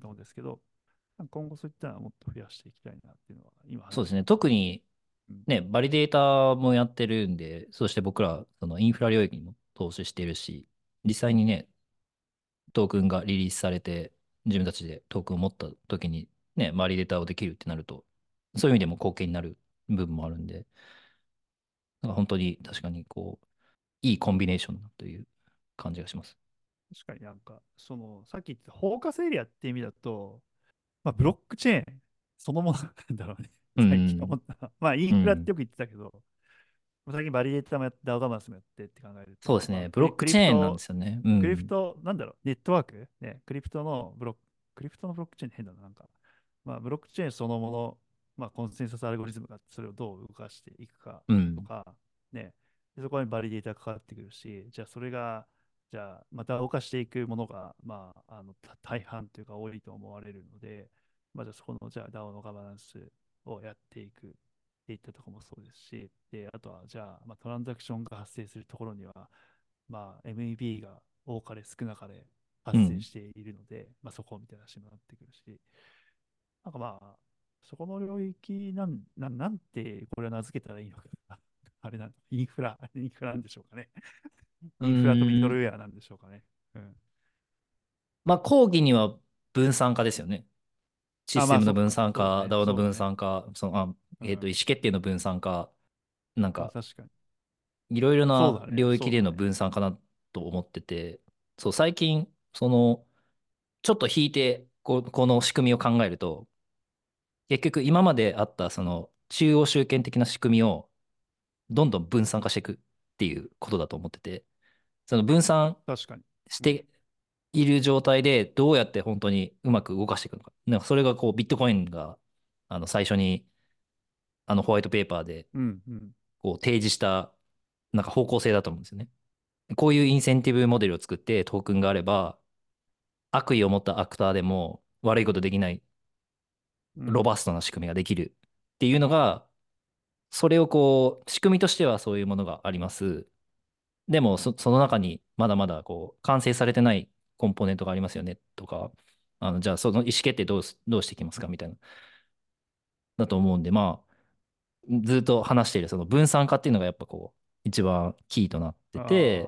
ところもあると思うんですけど、今後そういったのはもっと増やしていきたいなっていうのは、今そうですね。 話してて。 特にうん、 ね、バリデータもやってるんで、そして僕ら、そのインフラ領域にも投資してるし、実際にね、トークンがリリースされて、自分たちでトークンを持った時にね、バリデータをできるってなると、そういう意味でも貢献になる部分もあるんで、なんか本当に確かにいいコンビネーションだという感じがします。 確かになんか、さっき言ったフォーカスエリアって意味だと、まあ、ブロックチェーンそのものなんだろうね。 う最近思ん。 ったのは。まあ、インうん。 フラってよく言ってたけど、最近バリデータもやって、ダウガバナンスもやってって考えると、まあ、 そうですね。ブロッククリチェーンなんでプト、 すよね。うん。 なんだろう、ネットワークね、クリプトのブロックチェーンって変だな、なんか。まあ、ブロックチェーンそのもの、まあ、コンセンサスアルゴリズムがあって、それをどう動かしていくかうん。 とか、ね、でそこにバリデータがかかってくるし、じゃあそれが、じゃあまた動かしていくものが、まあ、大半というか多いと思われるので、まあ、じゃあそこの、じゃあ DAO のガバナンスをやっていくっていったところもそうですし、で、あとは、じゃあ、まあ、トランザクションが発生するところには、まあ、MEB が多かれ少なかれ発生うん。 しているので、まあ、そこみたいな話にもなってくるし、なんかまあ、そこの領域なんてこれは名付けたらいいのかな。あれインフラなんでしょうかね。 うインフラとミドーん。 ルウェアなんでしょうかね。うん。 まあ、講義には分散化ですよね。シあ、 ステムの分まあそっか。 散化、 そうだね。 DAO の分そうだね。 散化、意思うん。 決定の分散化、なんか、 まあ確かに。 いろいろなそうだね。 領域でのそうだね。 分散かなと思ってて、そう、最近、ちょっと引いて、この仕組みを考えると、結局今まであったその中央集権的な仕組みをどんどん分散化していくっていうことだと思ってて、その分散確かに。うん。 している状態でどうやって本当にうまく動かしていくのか。なんかそれがビットコインが最初にホワイトペーパーでうん。うん。 提示したなんか方向性だと思うんですよね。こういうインセンティブモデルを作ってトークンがあれば悪意を持ったアクターでも悪いことできないうん。 ロバストな仕組みができるっていうのが、それを仕組みとしてはそういうものがあります。でもその中にまだまだ完成されてないコンポーネントがありますよねとか、じゃあその意思決定どうしていきますかみたいな、だと思うんで、まあ、ずっと話しているその分散化っていうのがやっぱ一番キーとなってあて、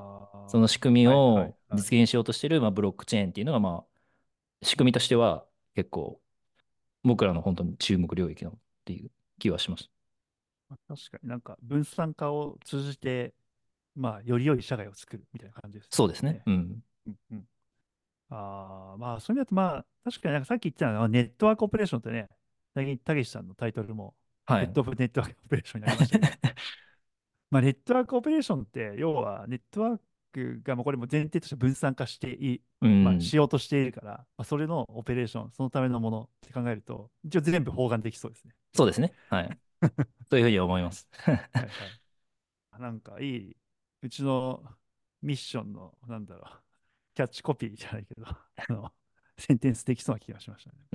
その仕組みはいはいをはい。 実現しようとしている、まあ、ブロックチェーンっていうのが、まあ、仕組みとしては結構僕らの本当に注目領域のっていう気はしました。 まあ確かになんか分散化を通じて、まあ、より良い社会を作るみたいな感じですそうですね。 ね。 うん。 うんうん。ああ、まあ、そういう意味だと、まあ、確かになんかさっき言ってたのは、ネットワークオペレーションってね、最近、たけしさんのタイトルも、 はい。 ヘッドオブネットワークオペレーションになりましたけど、まあ、ネットワークオペレーションって、要は、ネットワークが、もうこれも前提として分散化してまあ、 うん。 しようとしているから、まあ、それのオペレーション、そのためのものって考えると、一応全部包含できそうですね。 そうですね。はい。そういうふうに思います。 はいはい。なんかいい、うちのミッションの、なんだろう、キャッチコピーじゃないけど、センテンスできそうな気がしましたね。 うん。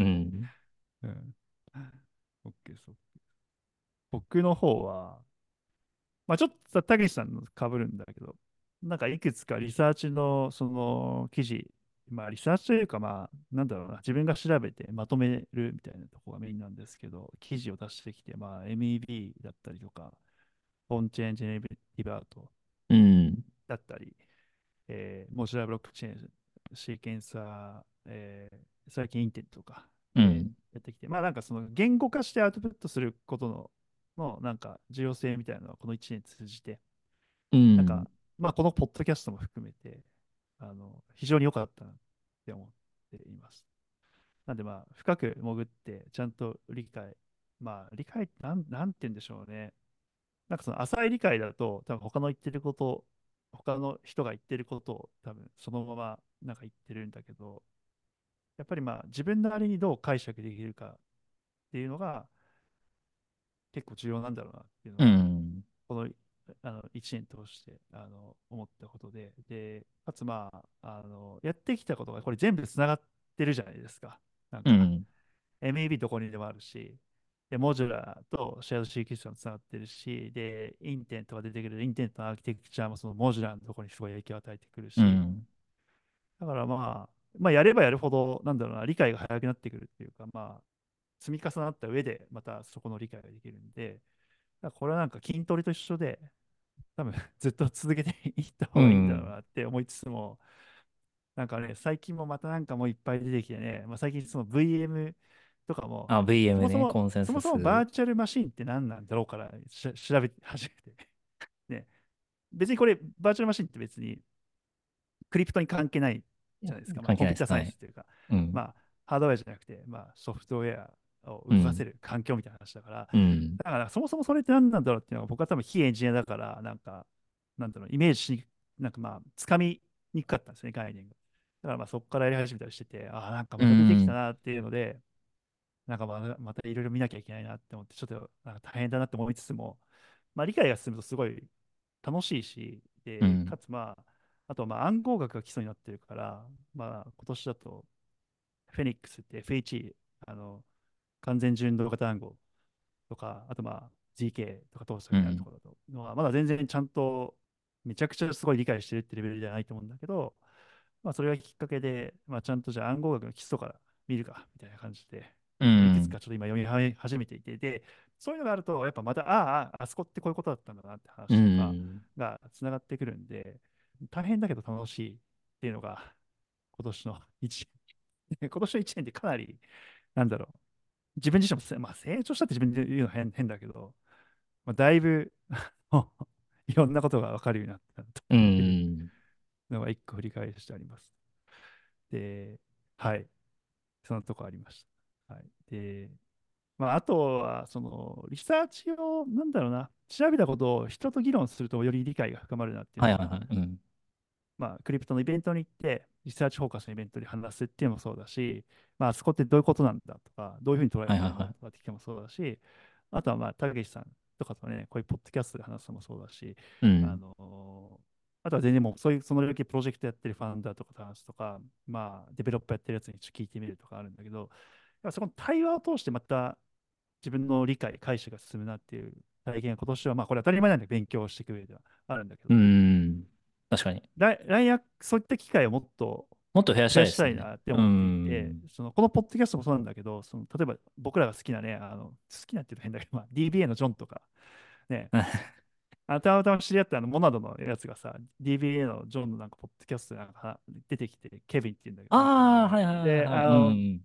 うん。OK、そう。僕の方は、まあちょっとたけしさんの被るんだけど、なんかいくつかリサーチのその記事、まあリサーチというかまあなんだろうな、自分が調べてまとめるみたいなところがメインなんですけど、記事を出してきて、まあ MEB だったりとか、オンチェーンジェネレティブアートうん。 だったり、モジュラーブロックチェーン、シーケンサー、最近インテントとかでうん。 やってきて、まあなんかその言語化してアウトプットすることのなんか重要性みたいなのはこの1年通じて、 うん。 なんか、まあこのポッドキャストも含めて、非常に良かったなって思っています。なんでまあ深く潜ってちゃんと理解、まあ理解ってなんて言うんでしょうね。なんかその浅い理解だと、多分他の言ってること、他の人が言ってることを多分そのままなんか言ってるんだけど、やっぱりまあ自分なりにどう解釈できるかっていうのが結構重要なんだろうなっていうのうは、 ん。 この1年通して思ったことで、かつまあ、やってきたことがこれ全部つながってるじゃないですか。なんかうん。 MEB どこにでもあるし、で、モジュラーとシェアドシーケンスもつながってるし、で、インテントが出てくる、インテントのアーキテクチャもそのモジュラーのところにすごい影響を与えてくるし、 うん。 だからまあやればやるほど、なんだろうな、理解が早くなってくるっていうか、まあ、積み重なった上で、またそこの理解ができるんで、だからこれはなんか筋トレと一緒で、多分ずっと続けていったう方がいいんだろうん。 なって思いつつも、なんかね、最近もまたなんかもういっぱい出てきてね、まあ、最近その VM とかも、 あ、VM ね、 そもそも、 コンセンそもそもバサス。 ーチャルマシンって何なんだろうから調べ始めて、ね、別にこれ、バーチャルマシンって別にクリプトに関係ないじゃないですか。まあ、 関係ないです。 コンピューターサはい。 イエンスというか、 うん。 まあ、ハードウェアじゃなくて、まあ、ソフトウェアをうん。 動かせる環境みたいな話だから、 うん。 だからそもそもそれって何なんだろうっていうのが、僕は多分非エンジニアだから、なんか、なんだろう、イメージしに、なんかまあ、つかみにくかったんですね、概念が。だからまあ、そこからやり始めたりしてて、ああ、なんかうまた出てきたん。 なっていうので、なんかまたいろいろ見なきゃいけないなって思って、ちょっとなんか大変だなって思いつつも、まあ、理解が進むとすごい楽しいし、で、かうん。 つまあ、あとまあ暗号学が基礎になってるから、まあ今年だとフェニックスって FHE、完全純度型暗号とか、あとまあ GK とか通すときにあるとうん。 ころだとのは、まだ全然ちゃんとめちゃくちゃすごい理解してるってレベルじゃないと思うんだけど、まあそれがきっかけで、まあちゃんとじゃあ暗号学の基礎から見るかみたいな感じで、 うまあ、いくつん。 かちょっと今読み始めていて、で、そういうのがあると、やっぱまた、あそこってこういうことだったんだなってう話とかん。 がつながってくるんで、大変だけど楽しいっていうのが今年の1年。今年の1年ってかなり、なんだろう、自分自身もまあ、成長したって自分で言うのは変だけど、まあ、だいぶいろんなことが分かるようになったとういうん。 のが一個振り返りしてあります。で、はい、そのとこありました。はい、で、まあ、あとは、その、リサーチを、なんだろうな、調べたことを人と議論するとより理解が深まるなっていうのが、 はいはいはい。うん。 まあ、クリプトのイベントに行って、リサーチフォーカスのイベントで話すっていうのもそうだし、まあ、そこってどういうことなんだとか、どういうふうに捉えてるんはいはいはい。 だとかって聞くのもそうだし、あとは、まあ、たけしさんとかとね、こういうポッドキャストで話すのもそうだし、あうん。 のあとは全然もう、そういう、その領域プロジェクトやってるファウンダーとかと話すとか、まあ、デベロッパーやってるやつにちょっと聞いてみるとかあるんだけど、そこの対話を通してまた自分の理解、解釈が進むなっていう体験が今年は、まあこれ当たり前なんで勉強していく上ではあるんだけうど、 ん。確かに。 来年そういった機会をもっともっと増やし増やたいですね。 したいなってう思っていて、 ん。 このポッドキャストもそうなんだけど、例えば僕らが好きなね、好きなって言うと変だけど、まあ、DBA のジョンとか、ね、 たまたま知り合ったモナドのやつがさ、DBA のジョンのなんかポッドキャストでなんか出てきて、ケビンって言うんだけどね、名ああ、 前。 はいはいはいで、 はい。うん。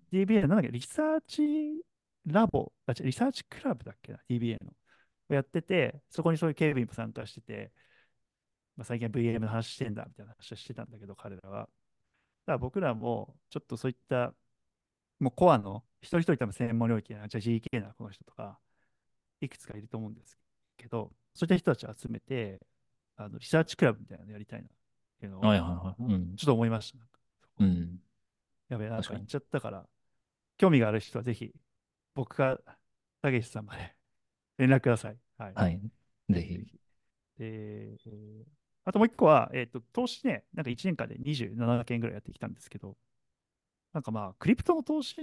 DBA なんだっけ、リサーチラボ、違うリサーチクラブだっけな、DBA の。やってて、そこにそういうケビンも参加してて、まあ、最近は VM の話してんだみたいな話をしてたんだけど、彼らは。だから僕らもちょっとそういったもうコアの一人一人多分専門領域な、じゃあ GK なこの人とか、いくつかいると思うんですけど、そういった人たちを集めて、リサーチクラブみたいなのやりたいなっていうのを、 はいはいはい。うん。 ちょっと思いました。なんかそこうん。 やべえ、なん確かに。 か言っちゃったから、興味がある人はぜひ、僕か、たけしさんまで連絡ください。はい。 はい。ぜひ。 ぜひぜひ。あともう一個は、投資ね、なんか1年間で27件ぐらいやってきたんですけど、なんかまあ、クリプトの投資って、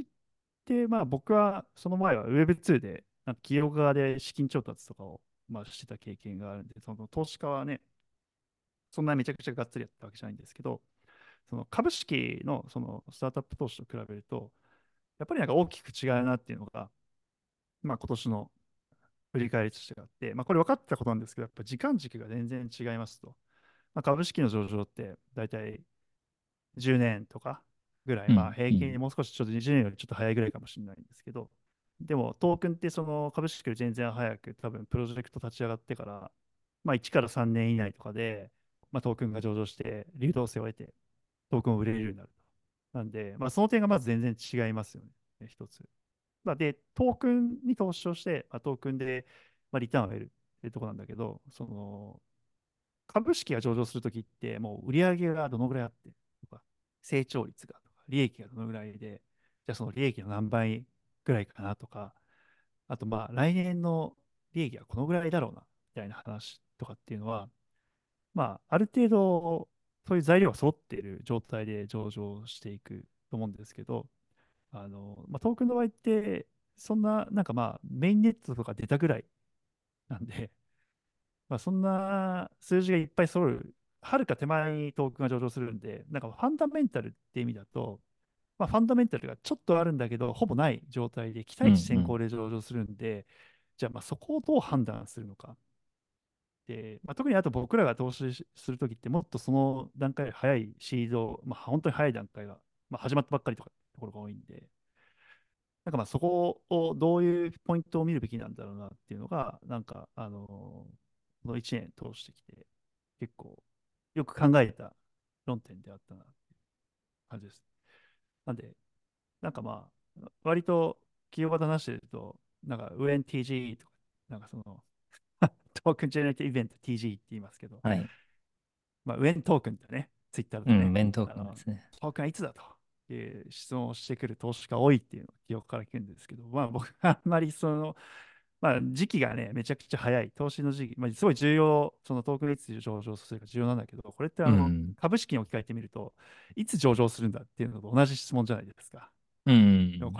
まあ僕はその前は Web2 で、なんか企業側で資金調達とかを、まあ、してた経験があるんで、その投資家はね、そんなめちゃくちゃがっつりやったわけじゃないんですけど、その株式のそのスタートアップ投資と比べると、やっぱりなんか大きく違うなっていうのが、まあ今年の振り返りとしてあって、まあこれ分かったことなんですけど、やっぱ時間軸が全然違いますと。まあ、株式の上場って大体10年とかぐらい、まあうん。うん。 平均もう少しちょっと20年よりちょっと早いぐらいかもしれないんですけど、でもトークンってその株式より全然早く多分プロジェクト立ち上がってから、まあ1から3年以内とかで、まあ、トークンが上場して流動性を得てトークンを売れるようになると。なんで、まあその点がまず全然違いますよね、一つ。まあ、で、トークンに投資をして、まあ、トークンで、まあ、リターンを得るっていうところなんだけど、その株式が上場するときって、もう売上がどのぐらいあって、とか、成長率がとか、利益がどのぐらいで、じゃあその利益の何倍ぐらいかなとか、あとまあ来年の利益はこのぐらいだろうな、みたいな話とかっていうのは、まあある程度そういう材料が揃っている状態で上場していくと思うんですけど、まあ、トークンの場合って、そんな、なんかまあメインネットとか出たぐらいなんで、まあ、そんな数字がいっぱい揃う、はるか手前にトークンが上場するんで、なんかファンダメンタルって意味だと、まあ、ファンダメンタルがちょっとあるんだけど、ほぼない状態で、期うん。 待値先うん。 行で上場するんで、じゃあまあそこをどう判断するのか。で、まあ、特にあと僕らが投資するときって、もっとその段階より早いシード、まあ、本当に早い段階が、まあ、始まったばっかりとかところが多いんで、なんかまあそこをどういうポイントを見るべきなんだろうなっていうのが、なんか、この1年通してきて、結構よく考えた論点であったなっていう感じです。なんで、なんかまあ、割と企業型話してると、なんか WhenTG とか、なんかそのトークンジェネレティイベント TG って言いますけど、 はい。 まあ、When トークンってね、ツイッターだうん。 とね、 弁当君ですね。 トークンはいつだという質問をしてくる投資家が多いっていうのを記憶から聞くんですけど、まあ僕はあんまりその、まあ時期がね、めちゃくちゃ早い、投資の時期、まあすごい重要、そのトークンがいつ上場するか重要なんだけど、これってうん。 株式に置き換えてみると、いつ上場するんだっていうのと同じ質問じゃないですか。 うん。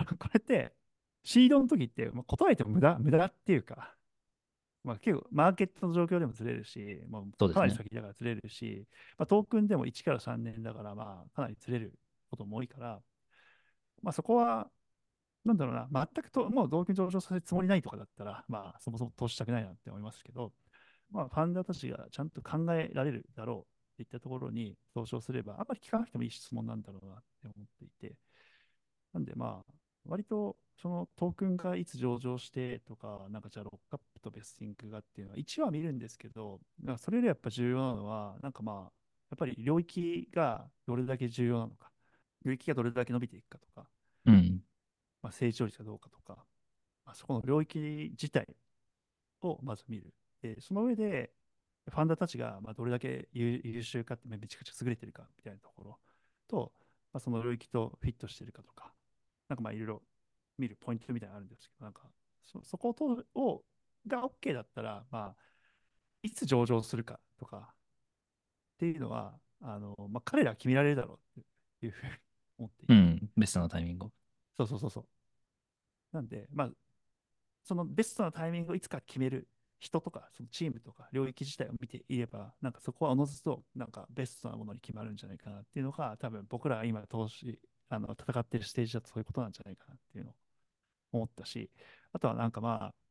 でもこれって、シードの時って、まあ、答えても無駄っていうか、まあ、結構マーケットの状況でもずれるし、もうかなりそうですね。 先だからずれるし、まあ、トークンでも1から3年だから、まあ、かなりずれることも多いから、まあ、そこは、なんだろうな、全くもう同期上場させるつもりないとかだったら、まあ、そもそも投資したくないなって思いますけど、まあ、ファンダーたちがちゃんと考えられるだろうっていったところに投資をすれば、あんまり聞かなくてもいい質問なんだろうなって思っていて、なんでまあ、割とそのトークンがいつ上場してとか、なんかじゃあロックアップとベスティングがっていうのは一話見るんですけど、なんかそれよりやっぱ重要なのは、なんかまあ、やっぱり領域がどれだけ重要なのか、領域がどれだけ伸びていくかとか、 うん。 まあ、成長率がどうかとか、まあ、そこの領域自体をまず見る。で、その上で、ファンダーたちがまあどれだけ優秀かって、めちゃくちゃ優れてるかみたいなところと、まあ、その領域とフィットしてるかとか、なんかまあいろいろ見るポイントみたいなのあるんですけど、なんかそことが OK だったら、まあ、いつ上場するかとかっていうのは、まあ、彼らは決められるだろうっていうふうに思っていて。 うん。ベストなタイミングを。 そうそうそうそう。なんで、まあ、そのベストなタイミングをいつか決める人とか、そのチームとか領域自体を見ていれば、なんかそこはおのずと、なんかベストなものに決まるんじゃないかなっていうのが、多分僕らが今投資、戦ってるステージだとそういうことなんじゃないかなっていうのを思ったし、あとはなんかまあ、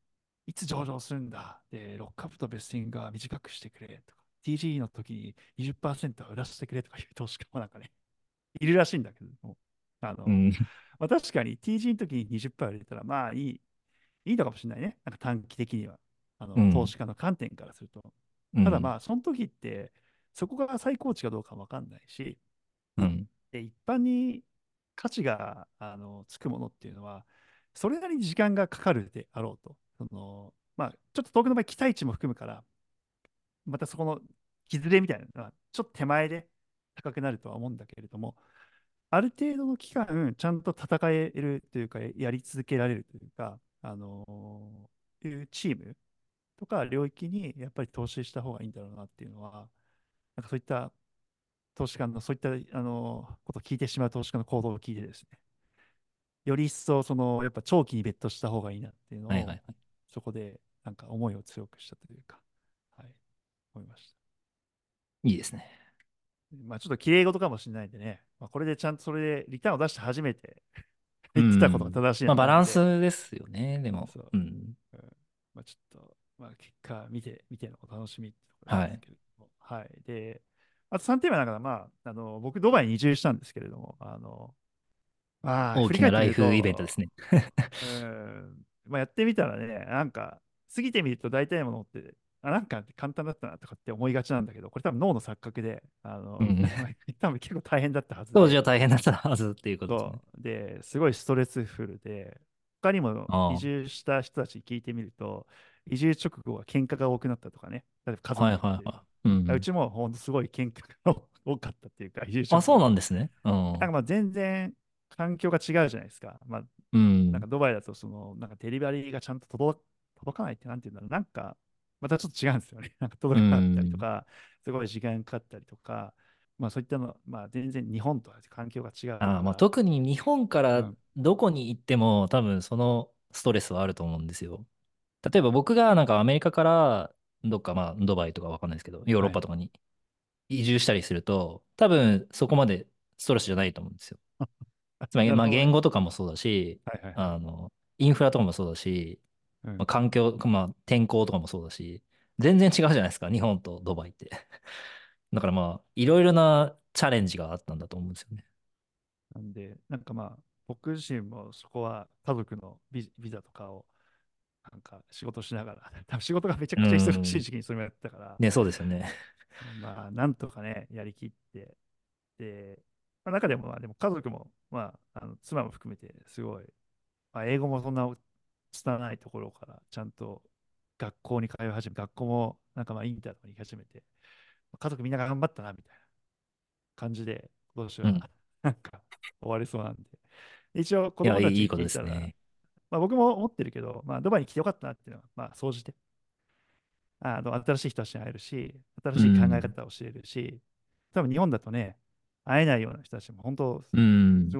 いつ上場するんだ。で、ロックアップとベスティングが短くしてくれとか、TG の時に20%は売らせてくれとかいう投資家もなんかね、いるらしいんだけども、あの、 うん。 まあ、確かに TG の時に20%売れたら、まあいいのかもしれないね。なんか短期的には。投うん。 資家の観点からすると。 うん。 ただまあ、その時って、そこが最高値かどうかわかんないし、 うん。 で、一般に価値が、つくものっていうのは、それなりに時間がかかるであろうと。まあ、ちょっと遠くの場合、期待値も含むから、またそこの崩れみたいなのは、ちょっと手前で高くなるとは思うんだけれども、ある程度の期間、ちゃんと戦えるというか、やり続けられるというか、いうチームとか領域にやっぱり投資した方がいいんだろうなっていうのは、なんかそういった投資家の、そういった、ことを聞いてしまう投資家の行動を聞いてですね、より一層、やっぱ長期にベットした方がいいなっていうのを、 はいはいはい。 そこで、なんか思いを強くしたというか、はい、思いました。 いいですね。 まあ、ちょっと綺麗事かもしれないんでね、まあ、これでちゃんとそれでリターンを出して初めてう言ってたことがん。 正しいまあ、バランのかなって、 スですよね、でも。 そう、 うん。 うん、まあ、ちょっと、まあ、結果見てのお楽しみってところなんはい。 ですけれども、はい。で、あと3テーマなんかまあ、僕、ドバイに移住したんですけれども、まあ、 大きな振り返ってみるライフイベントですと、 ね。 まあ、やってみたらね、なんか、過ぎてみると大体のものって、なんか簡単だったなとかって思いがちなんだけど、これ多分脳の錯覚で、 うん。 多分結構大変だったはずで、 当時は大変だったはずっていうことですよね。 すごいストレスフルで、他にも移あ住した人たちに聞いてみると、移住直後は喧嘩が多くなったとかね、例えば家あ、はい族で。 はいはい。うん。 うちも本当すごい喧嘩が多かったっていうか、移住あ、そう直後は。 なんですね。うん。 なんかまあ全然環境が違うじゃないですか。まあ、 うん。 なんかドバイだとなんかデリバリーがちゃんと届かないってなんていうんだろう。なんか、またちょっと違うんですよね。なんかう届かなかったりとん。 か、すごい時間かかったりとか、まあそういったの、まあ全然日本とは環境が違うあ、まあ、 から、 特に日本からうん。 どこに行っても多分そのストレスはあると思うんですよ。例えば僕がなんかアメリカからどっかまあドバイとかわかんないですけど、ヨーロはいはい。 ッパとかに移住したりすると、多分そこまでストレスじゃないと思うんですよ。つまりまあなるほどね。 言語とかもそうだし、 はいはいはい。 あの、インフラとかもそうだし、まあ、 うん。 環境、まあ天候とかもそうだし、全然違うじゃないですか、日本とドバイって。だからまあ、いろいろなチャレンジがあったんだと思うんですよね。 なんで、なんかまあ、僕自身もそこは家族のビザとかを、なんか仕事しながら、多分仕事がめちゃうくちゃ忙しいん。 時期にそれもやってたから、 ね、そうですよね。 まあ、なんとかね、やりきって、で、まあ、中でも、まあ、でも家族も、まあ、妻も含めて、すごい、まあ、英語もそんな拙いところから、ちゃんと学校に通い始め、学校も、なんかまあ、インターとかに行き始めて、家族みんなが頑張ったな、みたいな感じで、今年は、 うん。 なんか、終わりそうなんで。一応、子いや、 供たちにいいこと聞いたら、 ですね。 まあ、僕も思ってるけど、まあ、ドバイに来てよかったなっていうのは、まあ、総じて、新しい人たちに会えるし、新うしい考えん。 方を知れるし、多分日本だとね、会えないような人たちも本当、 うん。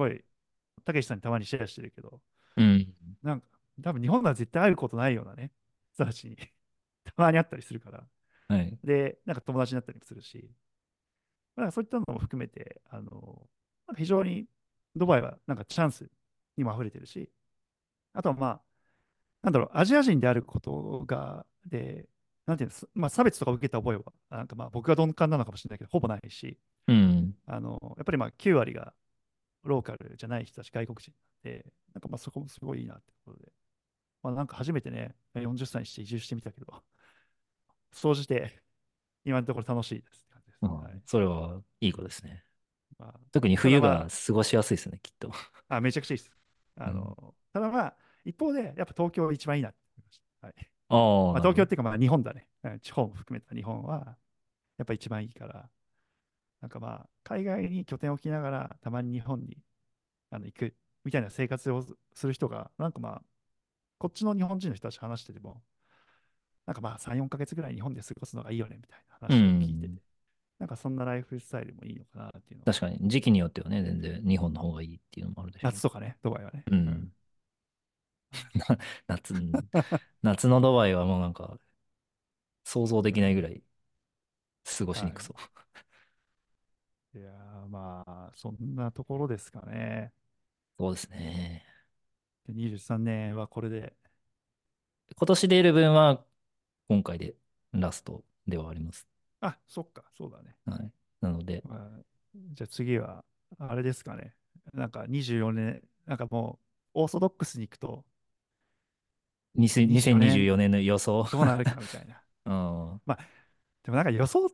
すごい、たけしさんにたまにシェアしてるけど、 うん。 なんか、多分日本では絶対会うことないようなね、人たちにたまに会ったりするから、 はい。 で、なんか友達になったりもするし、まあ、そういったのも含めて、なんか非常にドバイはなんかチャンスにも溢れてるし、あとはまあ、なんだろう、アジア人であることが、なんていうんです、まあ、差別とか受けた覚えは、なんかまあ僕が鈍感なのかもしれないけど、ほぼないし、 うん。 やっぱりまあ9割がローカルじゃない人たち、外国人なんで、なんかまあそこもすごいいいなってところで、まあなんか初めてね、40歳にして移住してみたけど、総じて今のところ楽しいですって感じですね。はい。 それはいいことですね。 まあ、 特に冬がただま過ごしやすいですね、きっと。 めちゃくちゃいいです。 うん。 ただまあ、一方で、やっぱ東京一番いいなって思いました。はい。 ああ、 まあ、 なるほど。 東京っていうかまあ日本だね。地方も含めた日本は、やっぱ一番いいから、なんかまあ、海外に拠点を置きながら、たまに日本に行くみたいな生活をする人が、なんかまあ、こっちの日本人の人たち話してても、なんかまあ、3、4ヶ月ぐらい日本で過ごすのがいいよねみたいなう話を聞いてん。 て、なんかそんなライフスタイルもいいのかなっていうのは、 確かに、時期によってはね、全然日本の方がいいっていうのもあるでしょう。 夏とかね、ドバイはね。うん。 うん。夏、夏のドバイはもうなんか想像できないぐらい過ごしにくそはい。いやーまあ、そんなところですかね。 う。そうですね。 で23年はこれで今年出る分は今回でラストではあります。 あ、そっか、そうだね。 はい。なので、 まあ、じゃあ次は、あれですかね。なんか24年、なんかもう、オーソドックスに行くと、24 2024 年年の予想。 どうなるかみたいな。 うん。はまあ、でもなんか予想って、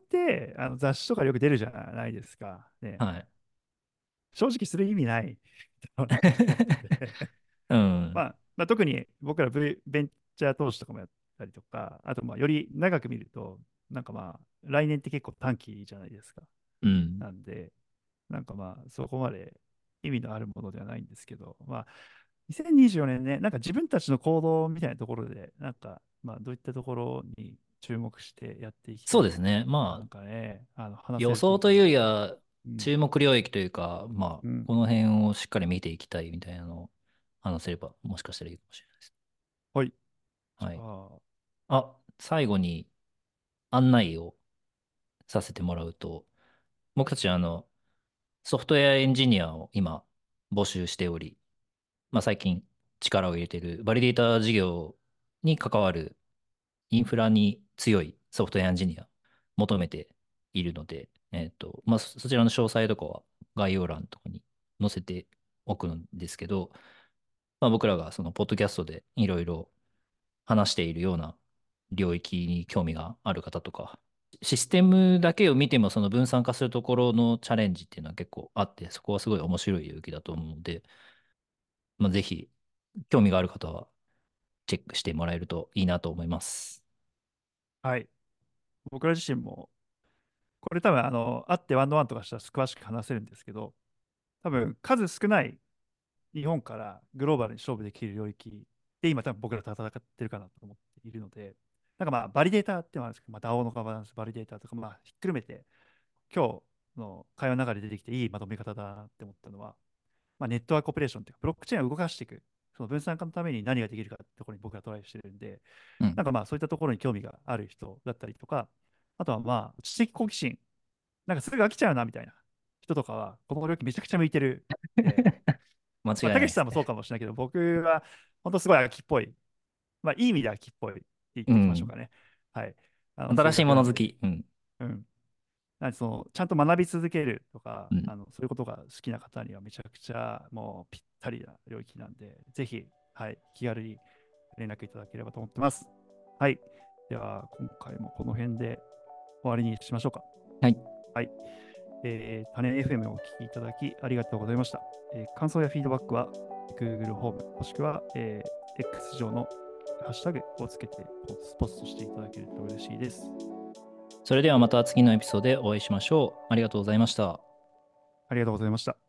雑誌とかよく出るじゃないですか。ね、 い。 正直する意味ないだろうなと思ってて。 うん。 まあ、特に僕ら、ベンチャー投資とかもやったりとか、あとまあより長く見ると、なんかまあ来年って結構短期じゃないですか。 うん。 なんで、なんかまあそこまで意味のあるものではないんですけど、まあ2024年ね、なんか自分たちの行動みたいなところで、なんかまあどういったところに注目してやっていきたいかってそうですね。 いうのが、なんまあ、 かね、話せ予るといいな。 想というよりは、 うん。 注目領域というか、まあ、 うん。 この辺をしっかり見ていきたいみたいなのを話せれば、もしかしたらいいかもしれないです。 はい。じはい。 ゃあ、 あ、最後に案内をさせてもらうと、僕たちソフトウェアエンジニアを今募集しており、まあ、最近力を入れているバリデータ事業に関わるインフラに強いソフトウェアエンジニア求めているので、まあ、そちらの詳細とかは概要欄とかに載せておくんですけど、まあ、僕らがそのポッドキャストでいろいろ話しているような領域に興味がある方とか、システムだけを見てもその分散化するところのチャレンジっていうのは結構あって、そこはすごい面白い領域だと思うので、まあ、ぜひ興味がある方はチェックしてもらえるといいなと思います。 はい。僕ら自身も、これ多分会ってワンドワンとかしたら詳しく話せるんですけど、多分数少ない日本からグローバルに勝負できる領域で今多分僕らと戦ってるかなと思っているので、なんかまあバリデータってのもあるんですけど、まあ、DAO のガバナンスバリデータとかまあひっくるめて今日の会話の中で出てきていいまとめ方だって思ったのは、まあ、ネットワークオペレーションっていうかブロックチェーンを動かしていく、その分散化のために何ができるかってところに僕らトライしてるんで、 うん。 なんかまあそういったところに興味がある人だったりとか、あとはまあ知的好奇心、なんかすぐ飽きちゃうなみたいな人とかは、この領域めちゃくちゃ向いてるんで、 間違いまあ、たけしさんもそうないですね。 かもしれないけど、僕は本当すごい秋っぽい、まあ、いい意味で秋っぽいって言っておきましょううん。 かね。はい。性新しいも格なんで、 の好き。うん。 うん。なんでちゃんと学び続けるとか、 うん。 そういうことが好きな方にはめちゃくちゃもうぴったりな領域なんで、ぜひ、はい、気軽に連絡いただければと思ってます。はい。では、今回もこの辺で終わりにしましょうか。 はい。 はい。種 FM をお聞きいただきありがとうございました。感想やフィードバックは Google ホーム、もしくは、X 上のハッシュタグをつけてポストしていただけると嬉しいです。 それではまた次のエピソードでお会いしましょう。ありがとうございました。 ありがとうございました。